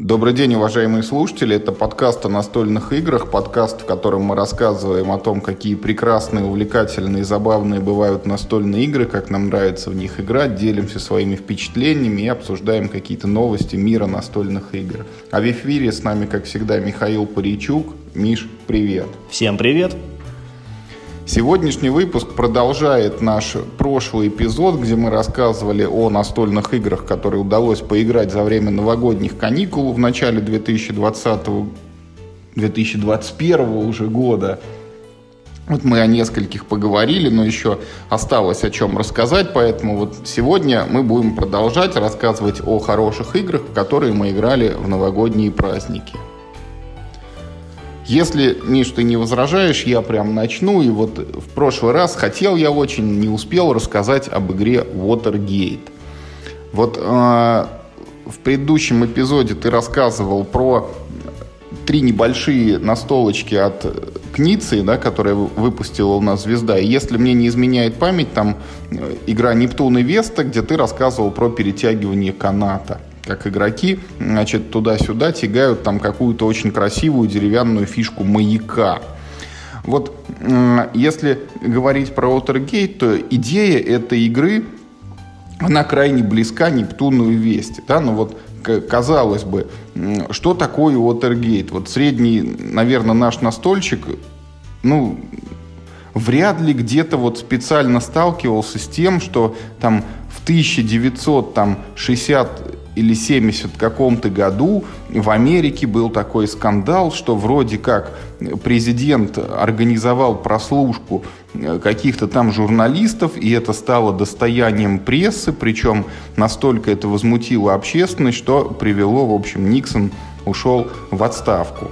Добрый день, уважаемые слушатели. Это подкаст о настольных играх, подкаст, в котором мы рассказываем о том, какие прекрасные, увлекательные, забавные бывают настольные игры, как нам нравится в них играть, делимся своими впечатлениями и обсуждаем какие-то новости мира настольных игр. А в эфире с нами, как всегда, Михаил Паричук. Миш, привет. Всем привет. Сегодняшний выпуск продолжает наш прошлый эпизод, где мы рассказывали о настольных играх, которые удалось поиграть за время новогодних каникул в начале 2021 уже года. Вот мы о нескольких поговорили, но еще осталось о чем рассказать, поэтому вот сегодня мы будем продолжать рассказывать о хороших играх, в которые мы играли в новогодние праздники. Если, Миш, ты не возражаешь, я прям начну. И вот в прошлый раз хотел я очень, не успел рассказать об игре Watergate. Вот в предыдущем эпизоде ты рассказывал про 3 небольшие настолочки от Книции, да, которые выпустила у нас «Звезда». И если мне не изменяет память, там игра «Нептун и Веста», где ты рассказывал про перетягивание каната. Как игроки, значит, туда-сюда тягают там какую-то очень красивую деревянную фишку маяка. Вот если говорить про Watergate, то идея этой игры, она крайне близка Нептуну и Весте. Да? Но вот казалось бы, что такое Watergate? Вот средний, наверное, наш настольщик, вряд ли где-то вот специально сталкивался с тем, что там в 1960 или 70 каком-то году в Америке был такой скандал, что вроде как президент организовал прослушку каких-то там журналистов, и это стало достоянием прессы, причем настолько это возмутило общественность, что привело, в общем, Никсон ушел в отставку.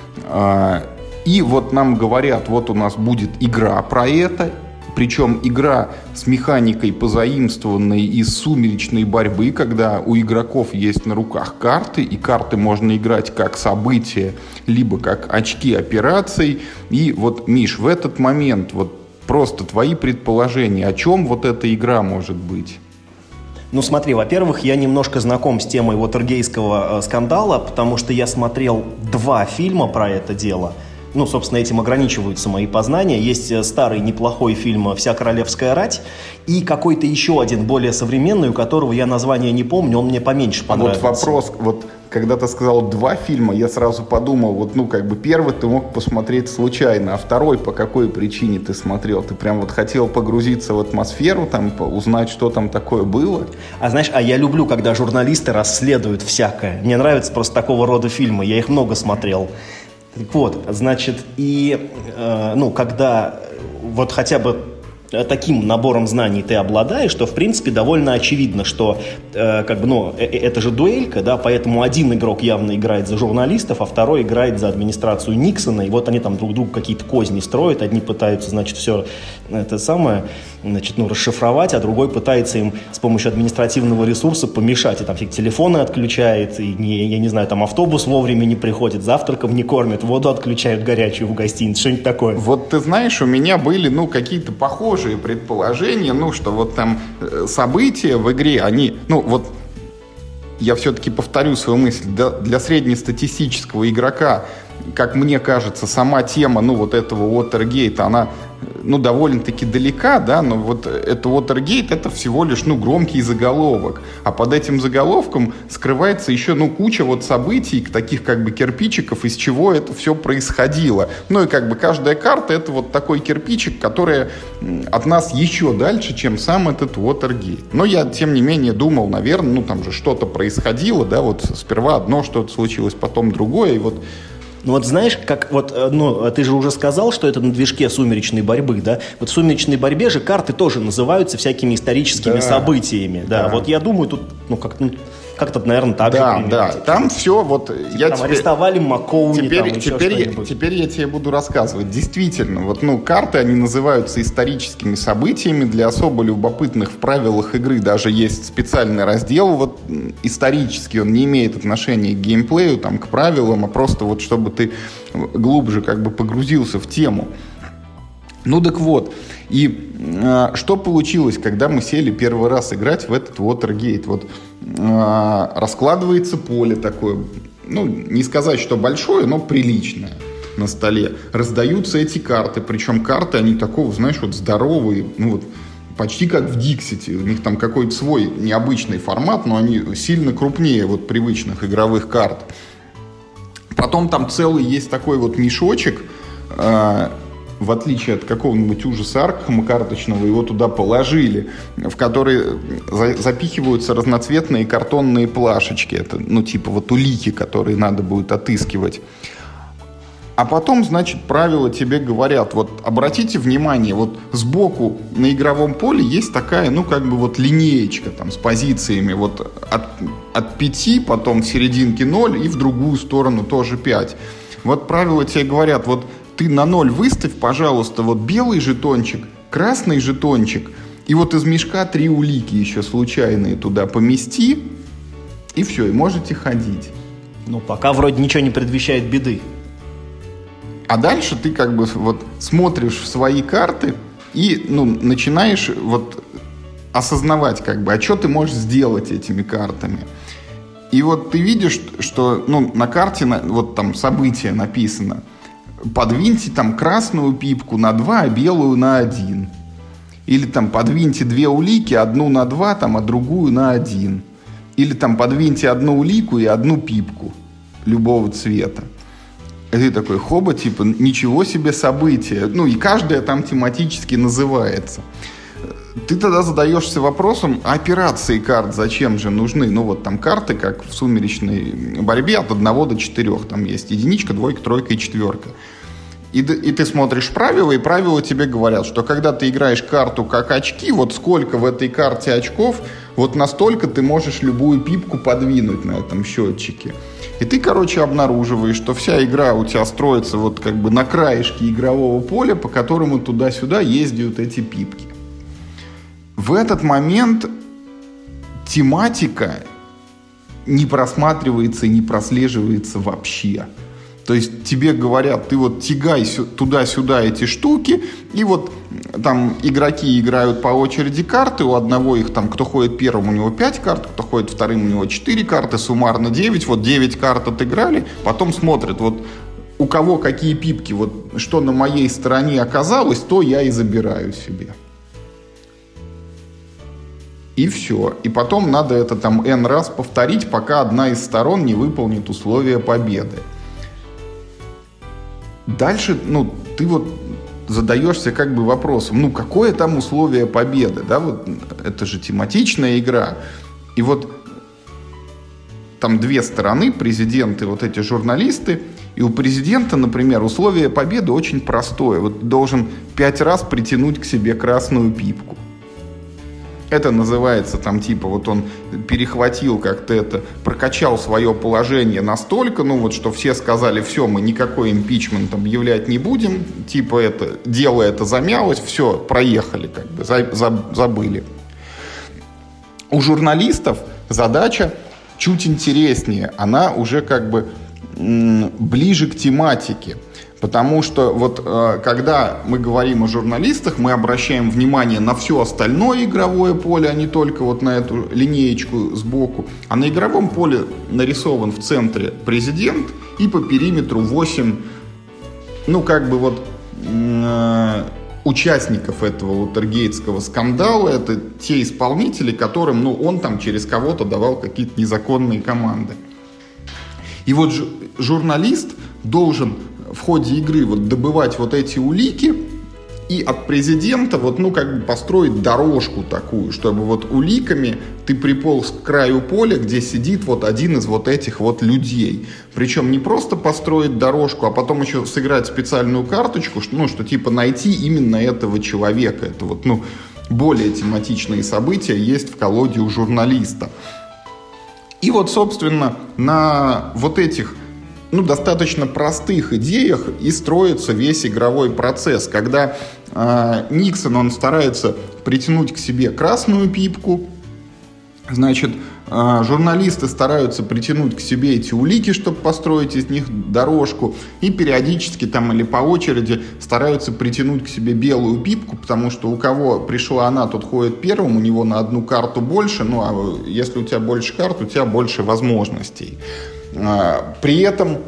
И вот нам говорят, вот у нас будет игра про это. Причем игра с механикой, позаимствованной из сумеречной борьбы, когда у игроков есть на руках карты, и карты можно играть как события, либо как очки операций. И вот, Миш, в этот момент вот просто твои предположения, о чем вот эта игра может быть? Ну смотри, во-первых, я немножко знаком с темой Уотергейтского скандала, потому что я смотрел 2 фильма про это дело. Собственно, этим ограничиваются мои познания. Есть старый неплохой фильм «Вся королевская рать» и какой-то еще один, более современный, у которого я название не помню, он мне поменьше понравился. Вот вопрос, вот когда ты сказал 2 фильма, я сразу подумал, первый ты мог посмотреть случайно, а второй по какой причине ты смотрел? Ты прям вот хотел погрузиться в атмосферу, там, узнать, что там такое было? Я люблю, когда журналисты расследуют всякое. Мне нравятся просто такого рода фильмы, я их много смотрел. Вот, значит, когда вот хотя бы таким набором знаний ты обладаешь, то, в принципе, довольно очевидно, что, это же дуэлька, да, поэтому один игрок явно играет за журналистов, а второй играет за администрацию Никсона, и вот они там друг другу какие-то козни строят, одни пытаются, все это самое, расшифровать, а другой пытается им с помощью административного ресурса помешать, и там все телефоны отключает, и, там автобус вовремя не приходит, завтраком не кормят, воду отключают горячую в гостинице, что-нибудь такое. Вот ты знаешь, у меня были, какие-то похожие предположения, что вот там события в игре, они, я все-таки повторю свою мысль, для среднестатистического игрока, как мне кажется, сама тема, этого Watergate, она, довольно-таки далека, да, но вот это Watergate, это всего лишь, громкий заголовок, а под этим заголовком скрывается еще, куча вот событий, таких кирпичиков, из чего это все происходило. И каждая карта — это вот такой кирпичик, который от нас еще дальше, чем сам этот Watergate. Но я, тем не менее, думал, наверное, там же что-то происходило, да, вот сперва одно что-то случилось, потом другое, и вот. Знаешь, ты же уже сказал, что это на движке сумеречной борьбы, да? Вот в сумеречной борьбе же карты тоже называются всякими историческими событиями, да? Вот я думаю, тут, как-то, наверное, так же. Да, там все, вот... арестовали Маккоуни, Теперь я тебе буду рассказывать. Действительно, карты, они называются историческими событиями. Для особо любопытных в правилах игры даже есть специальный раздел, исторический, он не имеет отношения к геймплею, к правилам, а просто чтобы ты глубже погрузился в тему. Так вот, и что получилось, когда мы сели первый раз играть в этот Watergate? Раскладывается поле такое ну, не сказать, что большое, но приличное на столе. Раздаются эти карты, причем карты, они такого, знаешь, вот здоровые, ну вот почти как в Dixit. У них там какой-то свой необычный формат, но они сильно крупнее вот привычных игровых карт. Потом там целый есть такой вот мешочек, в отличие от какого-нибудь ужаса Аркхема карточного, его туда положили, в который запихиваются разноцветные картонные плашечки. Это, ну, типа вот улики, которые надо будет отыскивать. А потом, значит, правила тебе говорят, вот обратите внимание, вот сбоку на игровом поле есть такая, ну, как бы вот линеечка там с позициями вот от 5, потом в серединке 0 и в другую сторону тоже 5. Вот правила тебе говорят, вот ты на 0 выставь, пожалуйста, вот белый жетончик, красный жетончик, и вот из мешка 3 улики еще случайные туда помести, и все, и можете ходить. Ну, пока вроде ничего не предвещает беды. А дальше ты как бы вот смотришь в свои карты и, ну, начинаешь вот осознавать, как бы, а что ты можешь сделать этими картами. И вот ты видишь, что, ну, на карте вот там событие написано. Подвиньте там красную пипку на 2, а белую на 1. Или там подвиньте 2 улики, одну на 2, там, а другую на 1. Или там подвиньте одну улику и одну пипку любого цвета. И ты такой, хоба, типа, ничего себе событие. Ну, и каждое там тематически называется. Ты тогда задаешься вопросом, а операции карт зачем же нужны? Ну, вот там карты, как в сумеречной борьбе, от 1 до 4. Там есть единичка, двойка, тройка и четверка. И ты смотришь правила, и правила тебе говорят, что когда ты играешь карту как очки, вот сколько в этой карте очков, вот настолько ты можешь любую пипку подвинуть на этом счетчике. И ты, короче, обнаруживаешь, что вся игра у тебя строится вот как бы на краешке игрового поля, по которому туда-сюда ездят эти пипки. В этот момент тематика не просматривается и не прослеживается вообще. То есть тебе говорят, ты вот тягай туда-сюда эти штуки, и вот там игроки играют по очереди карты, у одного их там, кто ходит первым, у него 5 карт, кто ходит вторым, у него 4 карты, суммарно 9, вот 9 карт отыграли, потом смотрят, вот у кого какие пипки, вот что на моей стороне оказалось, то я и забираю себе. И все. И потом надо это там N раз повторить, пока одна из сторон не выполнит условия победы. Дальше, ну, ты вот задаешься как бы вопросом, ну, какое там условие победы, да, вот это же тематичная игра. И вот там 2 стороны, президенты, вот эти журналисты, и у президента, например, условие победы очень простое. Вот должен 5 раз притянуть к себе красную пипку. Это называется там типа вот он перехватил как-то это, прокачал свое положение настолько, ну вот, что все сказали, все, мы никакой импичмент объявлять не будем, типа это, дело это замялось, все, проехали, как бы, забыли. У журналистов задача чуть интереснее, она уже как бы ближе к тематике. Потому что вот когда мы говорим о журналистах, мы обращаем внимание на все остальное игровое поле, а не только вот на эту линеечку сбоку. А на игровом поле нарисован в центре президент и по периметру 8, ну как бы вот участников этого Уотергейтского скандала. Это те исполнители, которым, ну, он там через кого-то давал какие-то незаконные команды. И вот журналист должен в ходе игры вот добывать вот эти улики и от президента вот, ну, как бы построить дорожку такую, чтобы вот уликами ты приполз к краю поля, где сидит вот один из вот этих вот людей. Причем не просто построить дорожку, а потом еще сыграть специальную карточку, что, ну, что типа найти именно этого человека. Это вот, ну, более тематичные события есть в колоде у журналиста. И вот, собственно, на вот этих, ну, достаточно простых идеях и строится весь игровой процесс. Когда Никсон, он старается притянуть к себе красную пипку, значит, журналисты стараются притянуть к себе эти улики, чтобы построить из них дорожку, и периодически там или по очереди стараются притянуть к себе белую пипку, потому что у кого пришла она, тот ходит первым, у него на одну карту больше, ну а если у тебя больше карт, у тебя больше возможностей. При этом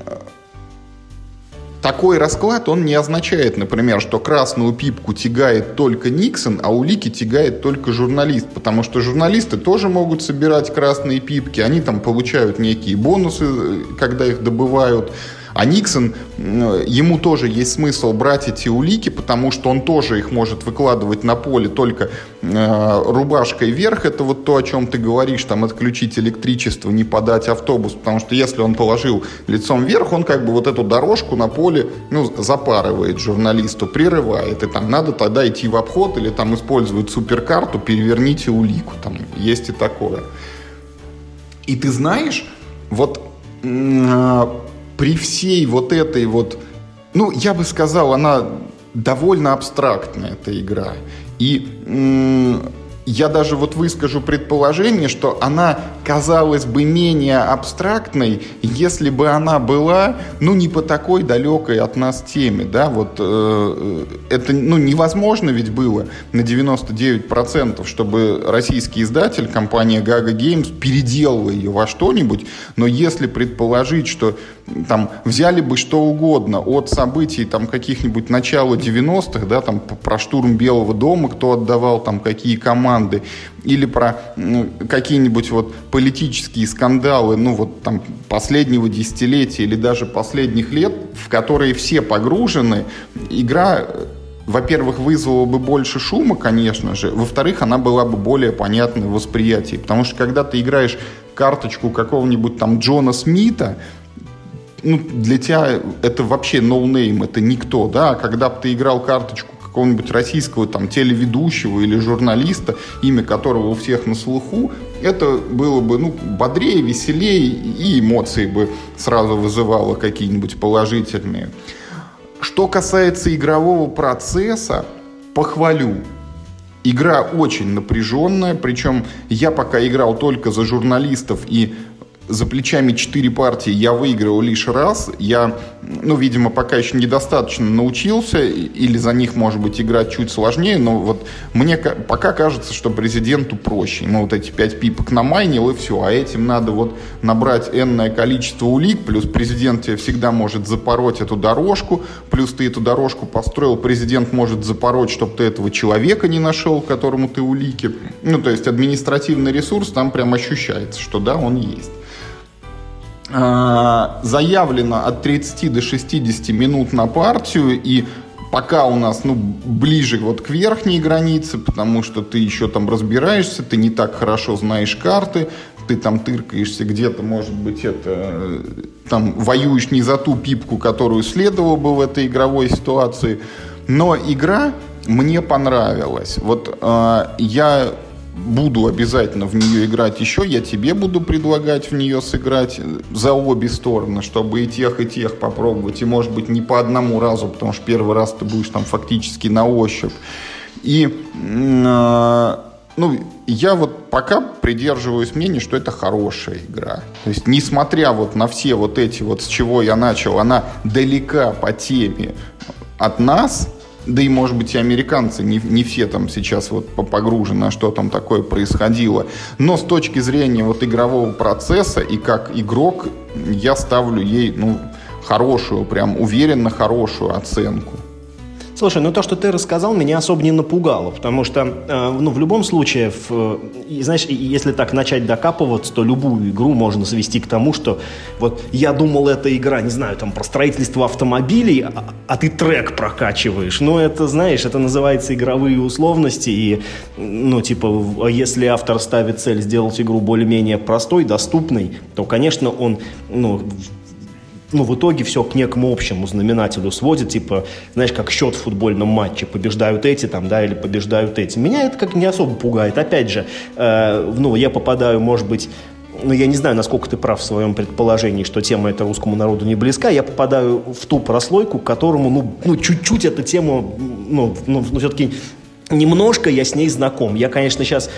такой расклад, он не означает, например, что красную пипку тягает только Никсон, а улики тягает только журналист. Потому что журналисты тоже могут собирать красные пипки, они там получают некие бонусы, когда их добывают. А Никсон, ему тоже есть смысл брать эти улики, потому что он тоже их может выкладывать на поле только рубашкой вверх. Это вот то, о чем ты говоришь, там отключить электричество, не подать автобус. Потому что если он положил лицом вверх, он как бы вот эту дорожку на поле запарывает журналисту, прерывает. И там надо тогда идти в обход или там использовать суперкарту, переверните улику. Там есть и такое. И ты знаешь, вот... при всей вот этой вот, я бы сказал, она довольно абстрактная, эта игра. И я даже вот выскажу предположение, что она казалась бы менее абстрактной, если бы она была, не по такой далекой от нас теме, да, вот это, невозможно ведь было на 99%, чтобы российский издатель, компания Gaga Games, переделала ее во что-нибудь, но если предположить, что там взяли бы что угодно от событий там каких-нибудь начала 90-х, да, там про штурм Белого дома, кто отдавал там какие команды, или про какие-нибудь вот политические скандалы, там последнего десятилетия или даже последних лет, в которые все погружены, игра, во-первых, вызвала бы больше шума, конечно же, во-вторых, она была бы более понятна в восприятии, потому что когда ты играешь карточку какого-нибудь там Джона Смита, для тебя это вообще ноунейм, это никто, да, а когда бы ты играл карточку какого-нибудь российского там телеведущего или журналиста, имя которого у всех на слуху, это было бы, бодрее, веселее, и эмоции бы сразу вызывало какие-нибудь положительные. Что касается игрового процесса, похвалю. Игра очень напряженная, причем я пока играл только за журналистов, и за плечами 4 партии я выиграл лишь раз. Я, видимо, пока еще недостаточно научился, или за них, может быть, играть чуть сложнее, но вот мне пока кажется, что президенту проще. Вот эти 5 пипок намайнил, и все. А этим надо вот набрать энное количество улик, плюс президент тебе всегда может запороть эту дорожку, плюс ты эту дорожку построил, президент может запороть, чтобы ты этого человека не нашел, которому ты улики. То есть административный ресурс там прям ощущается, что да, он есть. Заявлено от 30 до 60 минут на партию, и пока у нас, ближе вот к верхней границе, потому что ты еще там разбираешься, ты не так хорошо знаешь карты, ты там тыркаешься где-то, может быть, там воюешь не за ту пипку, которую следовало бы в этой игровой ситуации, но игра мне понравилась. Вот я буду обязательно в нее играть еще, я тебе буду предлагать в нее сыграть за обе стороны, чтобы и тех попробовать, и, может быть, не по одному разу, потому что первый раз ты будешь там фактически на ощупь. И, я вот пока придерживаюсь мнения, что это хорошая игра. То есть, несмотря вот на все вот эти вот, с чего я начал, она далека по теме от нас. Да и, может быть, и американцы не все там сейчас вот погружены, а что там такое происходило. Но с точки зрения вот игрового процесса и как игрок, я ставлю ей, хорошую, прям уверенно хорошую оценку. Слушай, то, что ты рассказал, меня особо не напугало, потому что, в любом случае, знаешь, если так начать докапываться, то любую игру можно свести к тому, что вот я думал, эта игра, не знаю, там, про строительство автомобилей, а ты трек прокачиваешь. Это, знаешь, это называется игровые условности, и, если автор ставит цель сделать игру более-менее простой, доступной, то, конечно, он, в итоге все к некому общему знаменателю сводит, знаешь, как счет в футбольном матче, побеждают эти там, да, или побеждают эти. Меня это как не особо пугает. Опять же, я попадаю, может быть, я не знаю, насколько ты прав в своем предположении, что тема эта русскому народу не близка, я попадаю в ту прослойку, к которому, чуть-чуть эта тема, все-таки немножко я с ней знаком. Я, конечно, сейчас,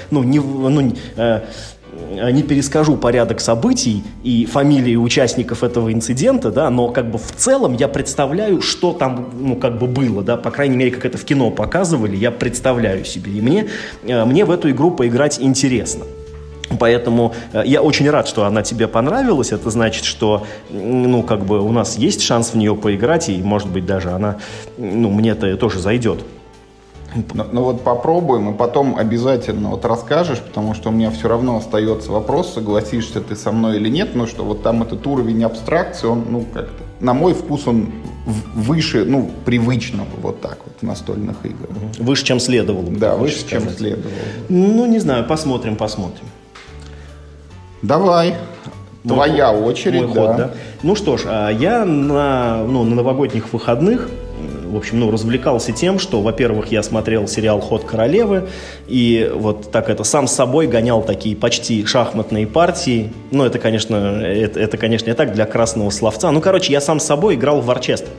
не перескажу порядок событий и фамилии участников этого инцидента, да, но как бы в целом я представляю, что там, было, да, по крайней мере, как это в кино показывали, я представляю себе, и мне в эту игру поиграть интересно. Поэтому я очень рад, что она тебе понравилась. Это значит, что, ну, как бы у нас есть шанс в нее поиграть, и, может быть, даже она, ну, мне-то тоже зайдет. Ну вот попробуем, и потом обязательно вот расскажешь, потому что у меня все равно остается вопрос, согласишься ты со мной или нет, но что вот там этот уровень абстракции, он, ну, как-то, на мой вкус, он выше, ну, привычного, вот так вот, настольных игр. Выше, чем следовало. Да, выше, чем следовало. Ну, не знаю, посмотрим. Давай. Твоя очередь, мой ход, да. Ну что ж, я на новогодних выходных, в общем, развлекался тем, что, во-первых, я смотрел сериал «Ход королевы», и вот так сам с собой гонял такие почти шахматные партии. Ну, это, конечно, не так, для красного словца. Ну, короче, я сам с собой играл в Варчестер.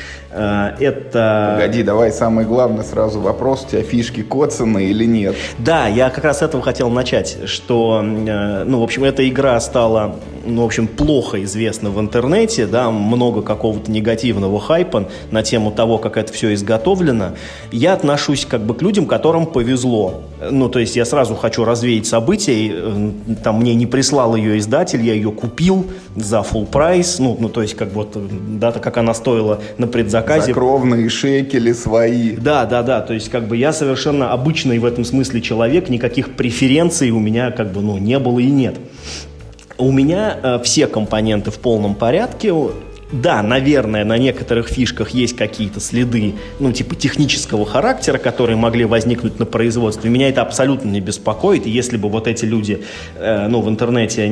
Погоди, давай самый главный сразу вопрос. У тебя фишки коцаны или нет? Да, я как раз с этого хотел начать, что, в общем, эта игра стала, плохо известна в интернете, да, много какого-то негативного хайпа на тему того, как это все изготовлено. Я отношусь как бы к людям, которым повезло. Ну, то есть я сразу хочу развеять события, там мне не прислал ее издатель, я ее купил за full прайс, то есть как бы вот, да, как она стоила на предзаказе. За кровные шекели свои. Да, то есть как бы я совершенно обычный в этом смысле человек, никаких преференций у меня как бы, не было и нет. У меня все компоненты в полном порядке. Да, наверное, на некоторых фишках есть какие-то следы, типа технического характера, которые могли возникнуть на производстве. Меня это абсолютно не беспокоит. И если бы вот эти люди, в интернете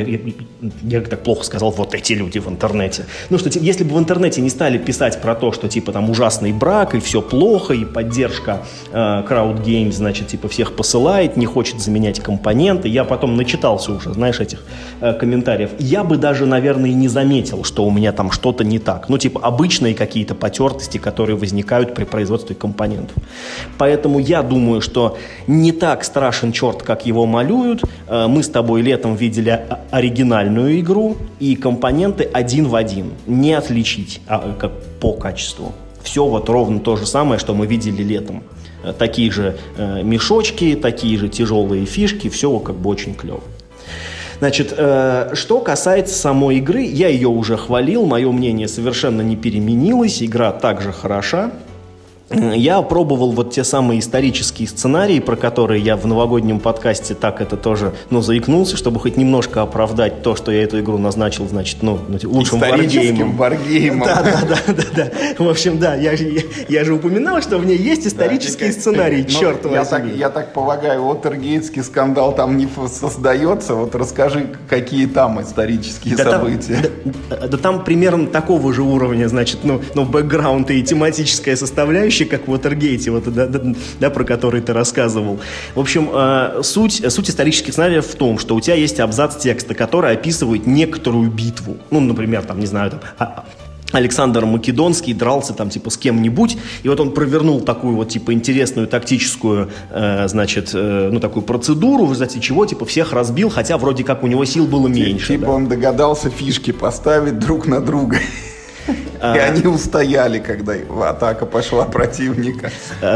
я так плохо сказал, вот эти люди в интернете. Если бы в интернете не стали писать про то, что, типа, там ужасный брак, и все плохо, и поддержка Crowd Games, значит, типа, всех посылает, не хочет заменять компоненты. Я потом начитался уже, знаешь, этих комментариев. Я бы даже, наверное, и не заметил, что у меня там что-то не так. Обычные какие-то потертости, которые возникают при производстве компонентов. Поэтому я думаю, что не так страшен черт, как его малюют. Мы с тобой летом видели оригинальную игру, и компоненты один в один. Не отличить как по качеству. Все вот ровно то же самое, что мы видели летом. Такие же мешочки, такие же тяжелые фишки, все как бы очень клево. Значит, что касается самой игры, я ее уже хвалил, мое мнение совершенно не переменилось, игра также хороша. Я пробовал вот те самые исторические сценарии, про которые я в новогоднем подкасте так это тоже, заикнулся, чтобы хоть немножко оправдать то, что я эту игру назначил, значит, лучшим варгеймом. Да. В общем, да, я же упоминал, что в ней есть исторические сценарии, черт возьми. Я так полагаю, Уотергейтский скандал там не создается. Вот расскажи, какие там исторические события. Да там примерно такого же уровня, значит, бэкграунд и тематическая составляющая, как в Уотергейте, про который ты рассказывал. В общем, суть исторических сценариев в том, что у тебя есть абзац текста, который описывает некоторую битву. Например, там, не знаю, Александр Македонский дрался там, типа, с кем-нибудь, и вот он провернул такую вот, типа, интересную тактическую, такую процедуру, в результате чего, типа, всех разбил, хотя вроде как у него сил было меньше. Типа, он догадался фишки поставить друг на друга. И они устояли, когда атака пошла противника.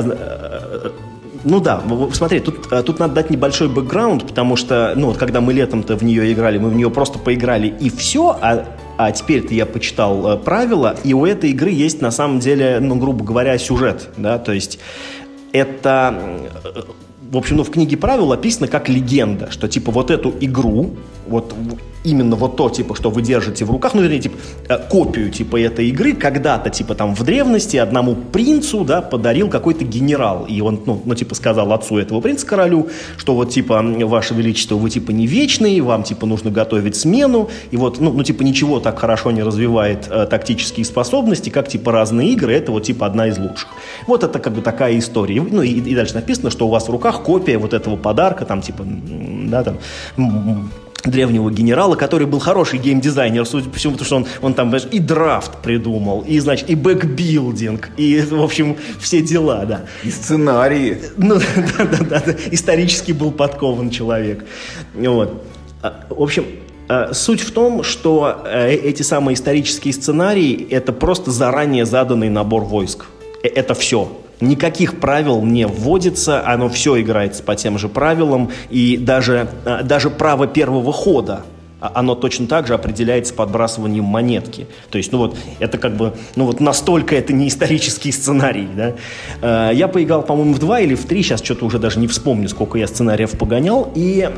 Смотри, тут надо дать небольшой бэкграунд, потому что, когда мы летом-то в нее играли, мы в нее просто поиграли и все, а теперь-то я почитал правила, и у этой игры есть, на самом деле, грубо говоря, сюжет, да, то есть это... В общем, в книге правил описано как легенда, что, типа, вот эту игру, вот именно вот то, типа, что вы держите в руках, копию, типа, этой игры когда-то, типа, там, в древности одному принцу, да, подарил какой-то генерал, и он, сказал отцу этого принца, королю, что вот, типа, ваше величество, вы, типа, не вечные, вам, типа, нужно готовить смену, и вот, ничего так хорошо не развивает тактические способности, как, типа, разные игры, это вот, типа, одна из лучших. Вот это, как бы, такая история. И дальше написано, что у вас в руках копия вот этого подарка, там, типа, да, там, древнего генерала, который был хороший геймдизайнер, судя по всему, потому что он там, знаешь, и драфт придумал, и, значит, и бэкбилдинг, и, в общем, все дела, да. И сценарии. Да, исторически был подкован человек. Вот. В общем, суть в том, что эти самые исторические сценарии — это просто заранее заданный набор войск. Это все. Никаких правил не вводится, оно все играется по тем же правилам, и даже право первого хода, оно точно так же определяется подбрасыванием монетки. То есть, это как бы, настолько это не исторический сценарий, да. Я поиграл, по-моему, в 2 или в 3, сейчас что-то уже даже не вспомню, сколько я сценариев погонял, и,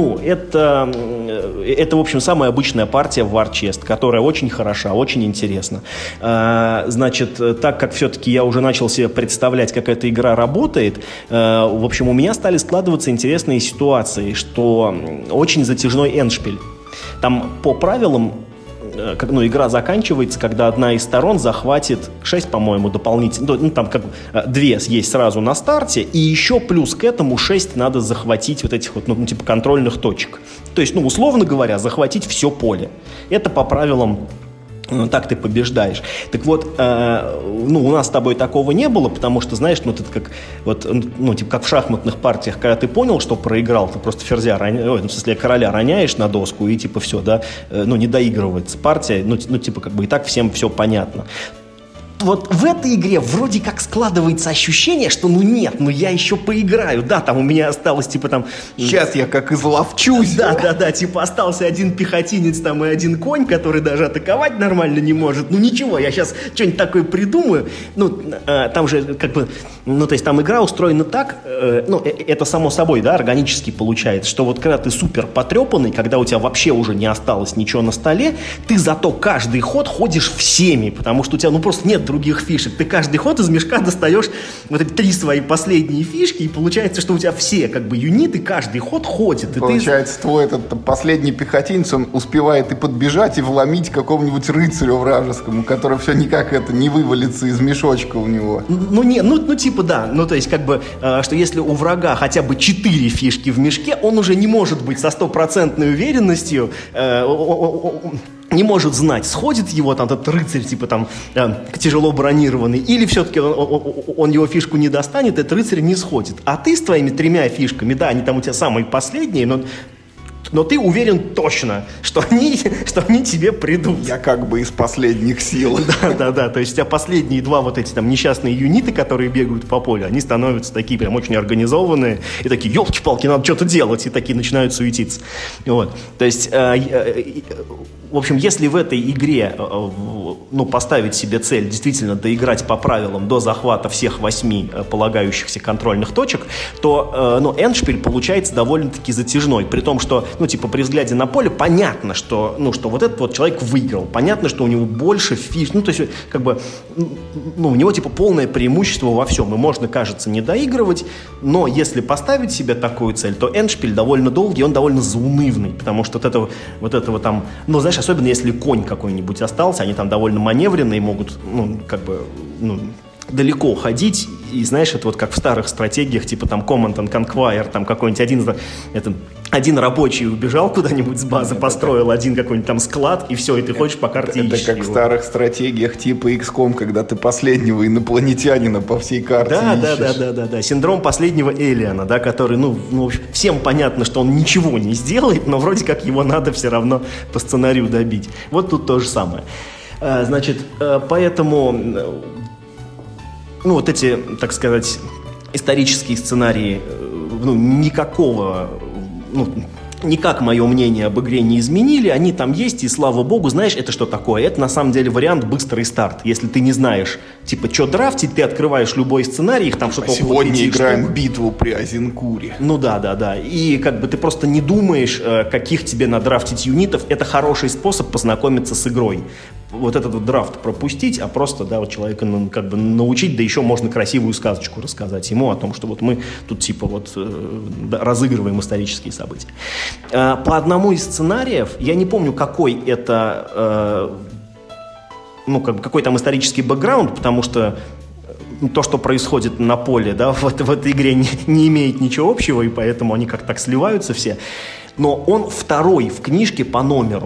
это, в общем, самая обычная партия в War Chest, которая очень хороша, очень интересна. Значит, так как все-таки я уже начал себе представлять, как эта игра работает, в общем, у меня стали складываться интересные ситуации, что очень затяжной эндшпиль. Там по правилам игра заканчивается, когда одна из сторон захватит 6, по-моему, дополнительно. Там 2 есть сразу на старте, и еще плюс к этому 6 надо захватить вот этих контрольных точек. То есть, условно говоря, захватить все поле. Это по правилам. Так ты побеждаешь. Так вот, у нас с тобой такого не было, потому что, знаешь, это как как в шахматных партиях, когда ты понял, что проиграл, ты просто ферзя короля роняешь на доску, и все, да, не доигрывается партия, и так всем все понятно. Вот в этой игре вроде как складывается ощущение, что я еще поиграю, да, там у меня осталось, сейчас я как изловчусь. Да, остался один пехотинец там и один конь, который даже атаковать нормально не может, ничего, я сейчас что-нибудь такое придумаю, там же то есть там игра устроена так, это само собой, да, органически получается, что когда ты супер потрепанный, когда у тебя вообще уже не осталось ничего на столе, ты зато каждый ход ходишь всеми, потому что у тебя, просто нет других фишек. Ты каждый ход из мешка достаешь эти 3 свои последние фишки, и получается, что у тебя все юниты каждый ход ходят. Получается, твой этот последний пехотинец, он успевает и подбежать, и вломить какому-нибудь рыцарю вражескому, который все никак не вывалится из мешочка у него. Да. То есть, что если у врага хотя бы 4 фишки в мешке, он уже не может быть со 100% уверенностью не может знать, сходит его этот рыцарь, тяжело бронированный, или все-таки он его фишку не достанет, этот рыцарь не сходит. А ты с твоими 3 фишками, да, они там у тебя самые последние, но ты уверен точно, что они тебе придут. Я из последних сил. Да, то есть у тебя последние 2 эти несчастные юниты, которые бегают по полю, они становятся такие прям очень организованные, и такие, елки-палки, надо что-то делать, и такие начинают суетиться. Вот, то есть... В общем, если в этой игре поставить себе цель действительно доиграть по правилам до захвата всех 8 полагающихся контрольных точек, то эндшпиль получается довольно-таки затяжной. При том, что при взгляде на поле понятно, что вот этот человек выиграл. Понятно, что у него больше фиш. То есть, у него полное преимущество во всем. И можно, кажется, не доигрывать. Но если поставить себе такую цель, то эндшпиль довольно долгий, он довольно заунывный. Потому что этого там, знаешь, особенно если конь какой-нибудь остался, они там довольно маневренные, могут, далеко ходить, и знаешь, это как в старых стратегиях, Command and Conquer, там какой-нибудь один рабочий убежал куда-нибудь с базы, построил один какой-нибудь там склад, и все, и ты ходишь по карте ищешь. Это как в старых стратегиях XCOM, когда ты последнего инопланетянина по всей карте ищешь. Да. Синдром последнего Элиана, да, который, в общем, всем понятно, что он ничего не сделает, но вроде как его надо все равно по сценарию добить. Вот тут то же самое. Значит, поэтому... эти, так сказать, исторические сценарии, никак мое мнение об игре не изменили, они там есть, и слава богу. Знаешь, это что такое? Это на самом деле вариант быстрый старт. Если ты не знаешь, что драфтить, ты открываешь любой сценарий, их там что-то... Сегодня играем битву при Азенкуре. Да. И ты просто не думаешь, каких тебе надрафтить юнитов. Это хороший способ познакомиться с игрой. Вот этот драфт пропустить, а просто, человека научить, да еще можно красивую сказочку рассказать ему о том, что мы тут разыгрываем исторические события. По одному из сценариев, я не помню, какой это, какой там исторический бэкграунд, потому что то, что происходит на поле, в этой игре не имеет ничего общего, и поэтому они как так сливаются все. Но он второй в книжке по номеру.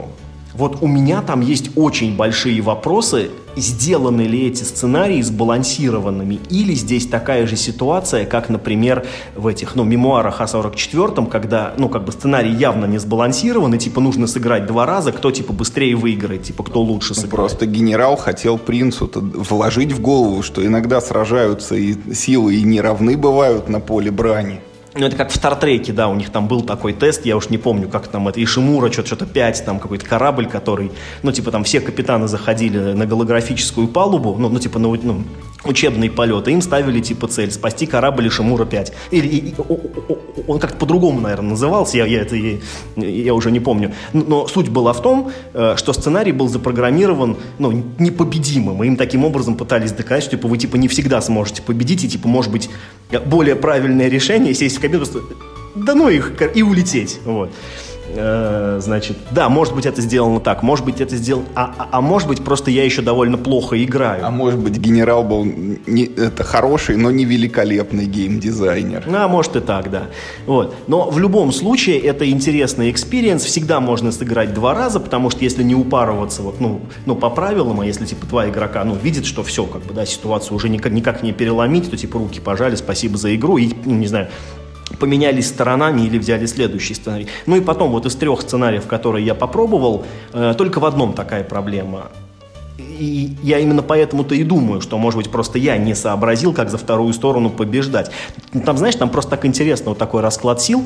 Вот у меня там есть очень большие вопросы, сделаны ли эти сценарии сбалансированными, или здесь такая же ситуация, как, например, в этих, мемуарах о 44-м, когда, сценарий явно не сбалансирован, и, нужно сыграть 2 раза, кто, быстрее выиграет, кто лучше сыграет. Просто генерал хотел принцу вложить в голову, что иногда сражаются и силы и не равны бывают на поле брани. Это как в Стартреке, да, у них там был такой тест, я уж не помню, как там это, Ишимура, что-то 5, там какой-то корабль, который, там все капитаны заходили на голографическую палубу, учебные полеты, им ставили, цель спасти корабль Ишимура-5. Или он как-то по-другому, наверное, назывался, я уже не помню. Но суть была в том, что сценарий был запрограммирован, непобедимым, и им таким образом пытались доказать, что, вы, не всегда сможете победить, и, может быть, более правильное решение сесть в кабину, их и улететь. Вот. Значит, да, может быть, это сделано так, может быть, это сделано... А может быть, просто я еще довольно плохо играю. А может быть, генерал был хороший, но не великолепный геймдизайнер. А может и так, да. Вот. Но в любом случае, это интересный экспириенс, всегда можно сыграть 2 раза, потому что если не упарываться по правилам, а если, 2 игрока, видят, что все, ситуацию уже никак не переломить, то, руки пожали, спасибо за игру, и, поменялись сторонами или взяли следующий сценарий. И потом из 3 сценариев, которые я попробовал, только в одном такая проблема. И я именно поэтому-то и думаю, что, может быть, просто я не сообразил, как за вторую сторону побеждать. Там, там просто так интересно, такой расклад сил.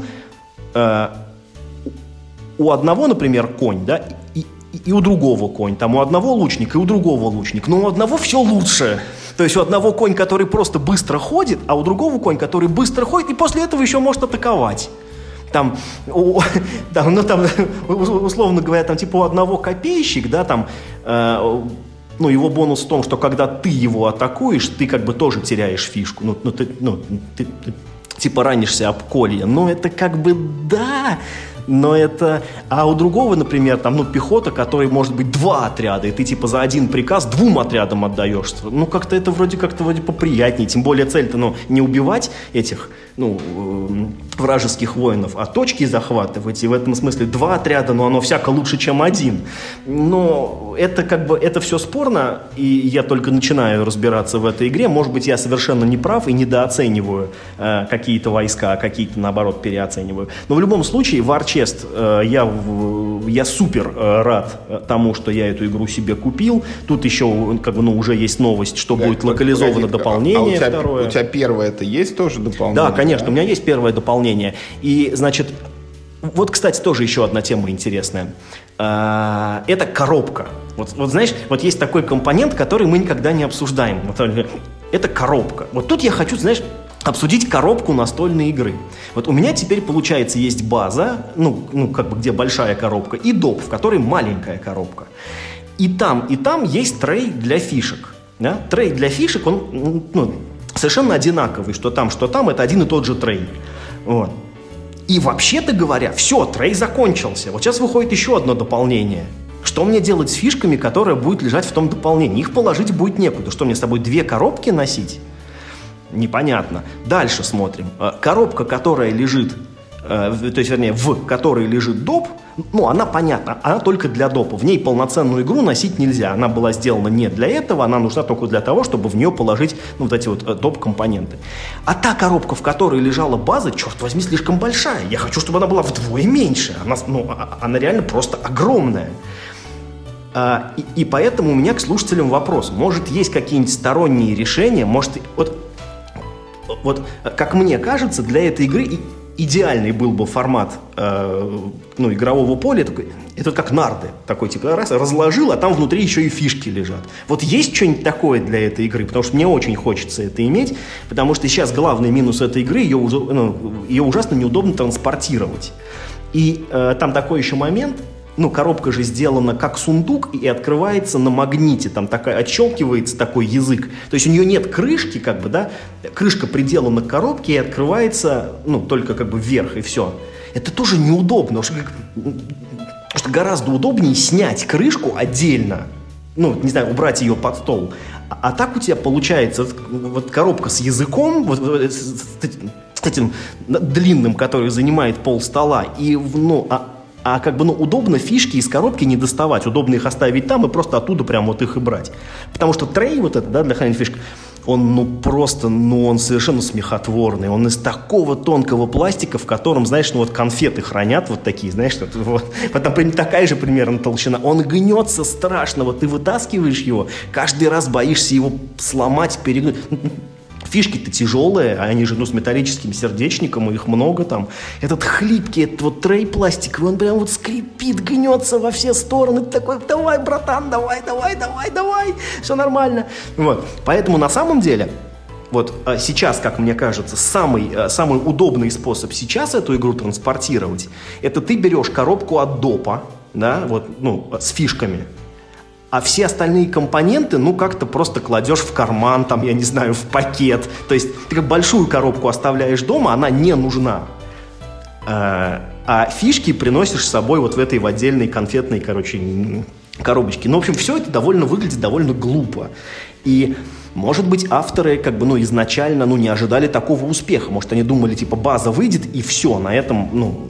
У одного, например, конь, да, и у другого конь. Там у одного лучник и у другого лучник. Но у одного все лучше. То есть у одного конь, который просто быстро ходит, а у другого конь, который быстро ходит и после этого еще может атаковать. Условно говоря, у одного копейщик, да, его бонус в том, что когда ты его атакуешь, ты тоже теряешь фишку. Ты ранишься об колья. Это да... Но это... А у другого, например, пехота, которой может быть 2 отряда, и ты за один приказ 2 отрядам отдаешь. Как-то это вроде поприятнее. Тем более цель-то, не убивать этих, вражеских воинов, а точки захватывать. И в этом смысле 2 отряда, но оно всяко лучше, чем 1. Но это это все спорно, и я только начинаю разбираться в этой игре. Может быть, я совершенно не прав и недооцениваю какие-то войска, а какие-то, наоборот, переоцениваю. Но в любом случае, Warchest, я супер рад тому, что я эту игру себе купил. Тут еще уже есть новость, что будет локализовано дополнение второе. У тебя первое это есть тоже дополнение? Да, конечно, у меня есть первое дополнение. И, значит, кстати, тоже еще одна тема интересная. Это коробка. Знаешь, есть такой компонент, который мы никогда не обсуждаем. Это коробка. Тут я хочу, знаешь, обсудить коробку настольной игры. У меня теперь, получается, есть база, где большая коробка, и доп, в которой маленькая коробка. И там есть трей для фишек. Да? Трей для фишек, он совершенно одинаковый, что там, это один и тот же трей. Вот. И вообще-то говоря, все, трей закончился. Сейчас выходит еще одно дополнение. Что мне делать с фишками, которые будут лежать в том дополнении? Их положить будет некуда. Что, мне с собой 2 коробки носить? Непонятно. Дальше смотрим. Коробка, которая лежит, в которой лежит доп, она понятна, она только для допа. В ней полноценную игру носить нельзя. Она была сделана не для этого, она нужна только для того, чтобы в нее положить эти доп-компоненты. А та коробка, в которой лежала база, черт возьми, слишком большая. Я хочу, чтобы она была вдвое меньше. Она реально просто огромная. И поэтому у меня к слушателям вопрос. Может, есть какие-нибудь сторонние решения? Может, как мне кажется, для этой игры идеальный был бы формат игрового поля. Это как нарды. Такой, раз, разложил, а там внутри еще и фишки лежат. Есть что-нибудь такое для этой игры? Потому что мне очень хочется это иметь. Потому что сейчас главный минус этой игры, ее ужасно неудобно транспортировать. И там такой еще момент. Коробка же сделана как сундук и открывается на магните. Там отщелкивается такой язык. То есть у нее нет крышки, крышка приделана к коробке и открывается, только вверх и все. Это тоже неудобно. Потому что гораздо удобнее снять крышку отдельно. Убрать ее под стол. А так у тебя получается коробка с языком, с этим длинным, который занимает пол стола, и А как бы, удобно фишки из коробки не доставать, удобно их оставить там и просто оттуда прям вот их и брать. Потому что трей вот этот, да, для хранения фишек, он он совершенно смехотворный. Он из такого тонкого пластика, в котором, знаешь, конфеты хранят вот такие, знаешь, вот там такая же примерно толщина. Он гнется страшно, вот ты вытаскиваешь его, каждый раз боишься его сломать, перегнуть. Фишки-то тяжелые, они же, с металлическим сердечником, их много там. Этот хлипкий, этот вот трей пластиковый, он прям вот скрипит, гнется во все стороны. Ты такой, давай, братан, давай, все нормально. Вот. Поэтому на самом деле, вот сейчас, как мне кажется, самый удобный способ сейчас эту игру транспортировать, это ты берешь коробку от допа, да, вот, с фишками, а все остальные компоненты, как-то просто кладешь в карман, там, я не знаю, в пакет. То есть ты как большую коробку оставляешь дома, она не нужна. А фишки приносишь с собой вот в этой в отдельной конфетной, коробочке. В общем, все это выглядит довольно глупо. И, может быть, авторы изначально, не ожидали такого успеха. Может, они думали, база выйдет, и все, на этом,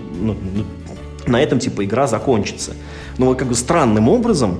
игра закончится. Но странным образом...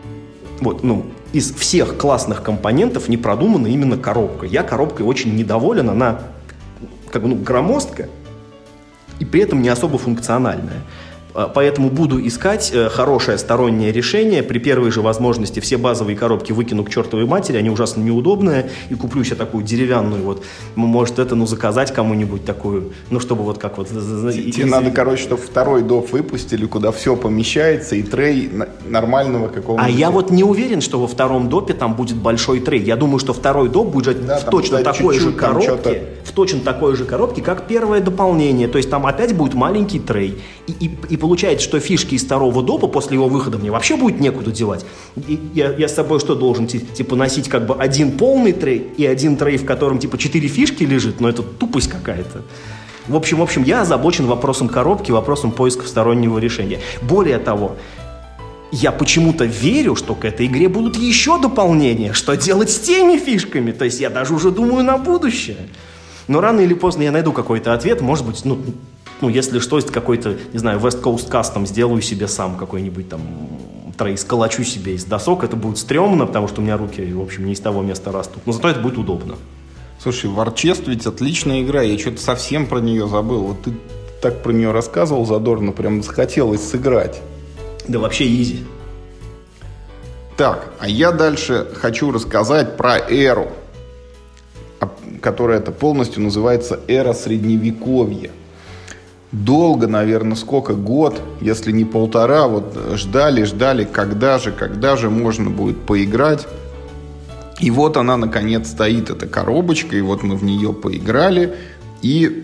из всех классных компонентов не продумана именно коробка. Я коробкой очень недоволен, она громоздкая и при этом не особо функциональная. Поэтому буду искать хорошее стороннее решение. При первой же возможности все базовые коробки выкину к чертовой матери, они ужасно неудобные, и куплю себе такую деревянную, может заказать кому-нибудь такую, чтобы Тебе надо, чтобы второй доп выпустили, куда все помещается, и трей нормального какого-нибудь. А я не уверен, что во втором допе там будет большой трей. Я думаю, что второй доп будет в точно такой же коробке, как первое дополнение. То есть там опять будет маленький трей. И получается, что фишки из второго допа после его выхода мне вообще будет некуда девать. Я с собой что должен, носить один полный трей и один трей, в котором 4 фишки лежит? Это тупость какая-то. В общем, я озабочен вопросом коробки, вопросом поиска стороннего решения. Более того, я почему-то верю, что к этой игре будут еще дополнения. Что делать с теми фишками? То есть я даже уже думаю на будущее. Но рано или поздно я найду какой-то ответ, может быть, если что, есть какой-то, не знаю, West Coast Custom, сделаю себе сам какой-нибудь там трей, сколочу себе из досок. Это будет стрёмно, потому что у меня руки, в общем, не из того места растут. Но зато это будет удобно. Слушай, War Chest ведь отличная игра. Я что-то совсем про нее забыл. Вот ты так про нее рассказывал задорно, прям захотелось сыграть. Да вообще изи. Так, а я дальше хочу рассказать про эру, которая полностью называется эра Средневековья. Долго, наверное, год, если не полтора, ждали, когда же можно будет поиграть. И вот она, наконец, стоит, эта коробочка, и мы в нее поиграли. И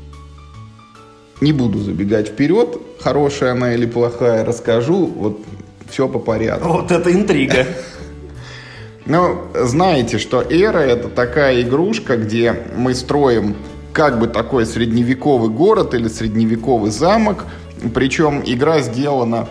не буду забегать вперед, хорошая она или плохая, расскажу, все по порядку. Вот это интрига. Знаете, что эра — это такая игрушка, где мы строим такой средневековый город или средневековый замок. Причем игра сделана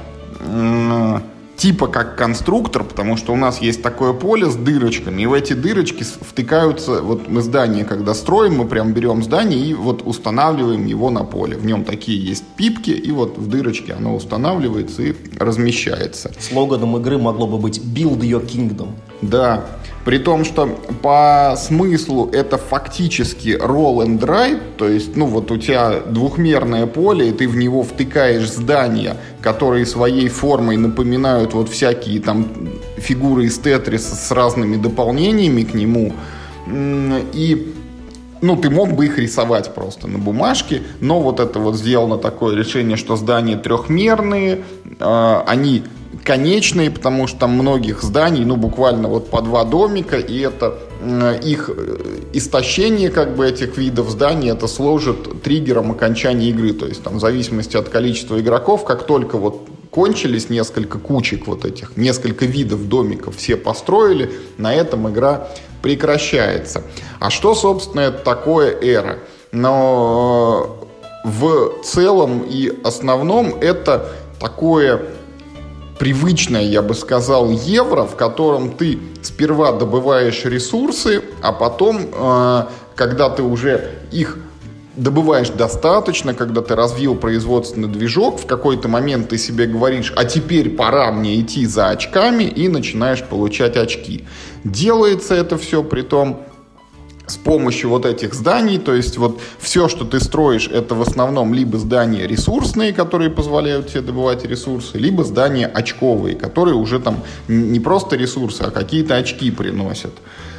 как конструктор, потому что у нас есть такое поле с дырочками, и в эти дырочки втыкаются, мы здание, когда строим, мы прям берем здание и устанавливаем его на поле. В нем такие есть пипки, и в дырочке оно устанавливается и размещается. Слоганом игры могло бы быть «Build your kingdom». Да, при том, что по смыслу это фактически roll and write, то есть, у тебя двухмерное поле, и ты в него втыкаешь здания, которые своей формой напоминают всякие там фигуры из Тетриса с разными дополнениями к нему, и ты мог бы их рисовать просто на бумажке, но это сделано такое решение, что здания трехмерные, они конечные, потому что там многих зданий, буквально по 2 домика, и это их истощение этих видов зданий, это служит триггером окончания игры. То есть там в зависимости от количества игроков, как только кончились несколько кучек этих, несколько видов домиков все построили, на этом игра прекращается. А что, собственно, это такое эра? Но в целом и основном это такое привычное, я бы сказал, евро, в котором ты сперва добываешь ресурсы, а потом, когда ты уже их добываешь достаточно, когда ты развил производственный движок, в какой-то момент ты себе говоришь, а теперь пора мне идти за очками, и начинаешь получать очки. Делается это все при том с помощью вот этих зданий, то есть вот все, что ты строишь, это в основном либо здания ресурсные, которые позволяют тебе добывать ресурсы, либо здания очковые, которые уже там не просто ресурсы, а какие-то очки приносят.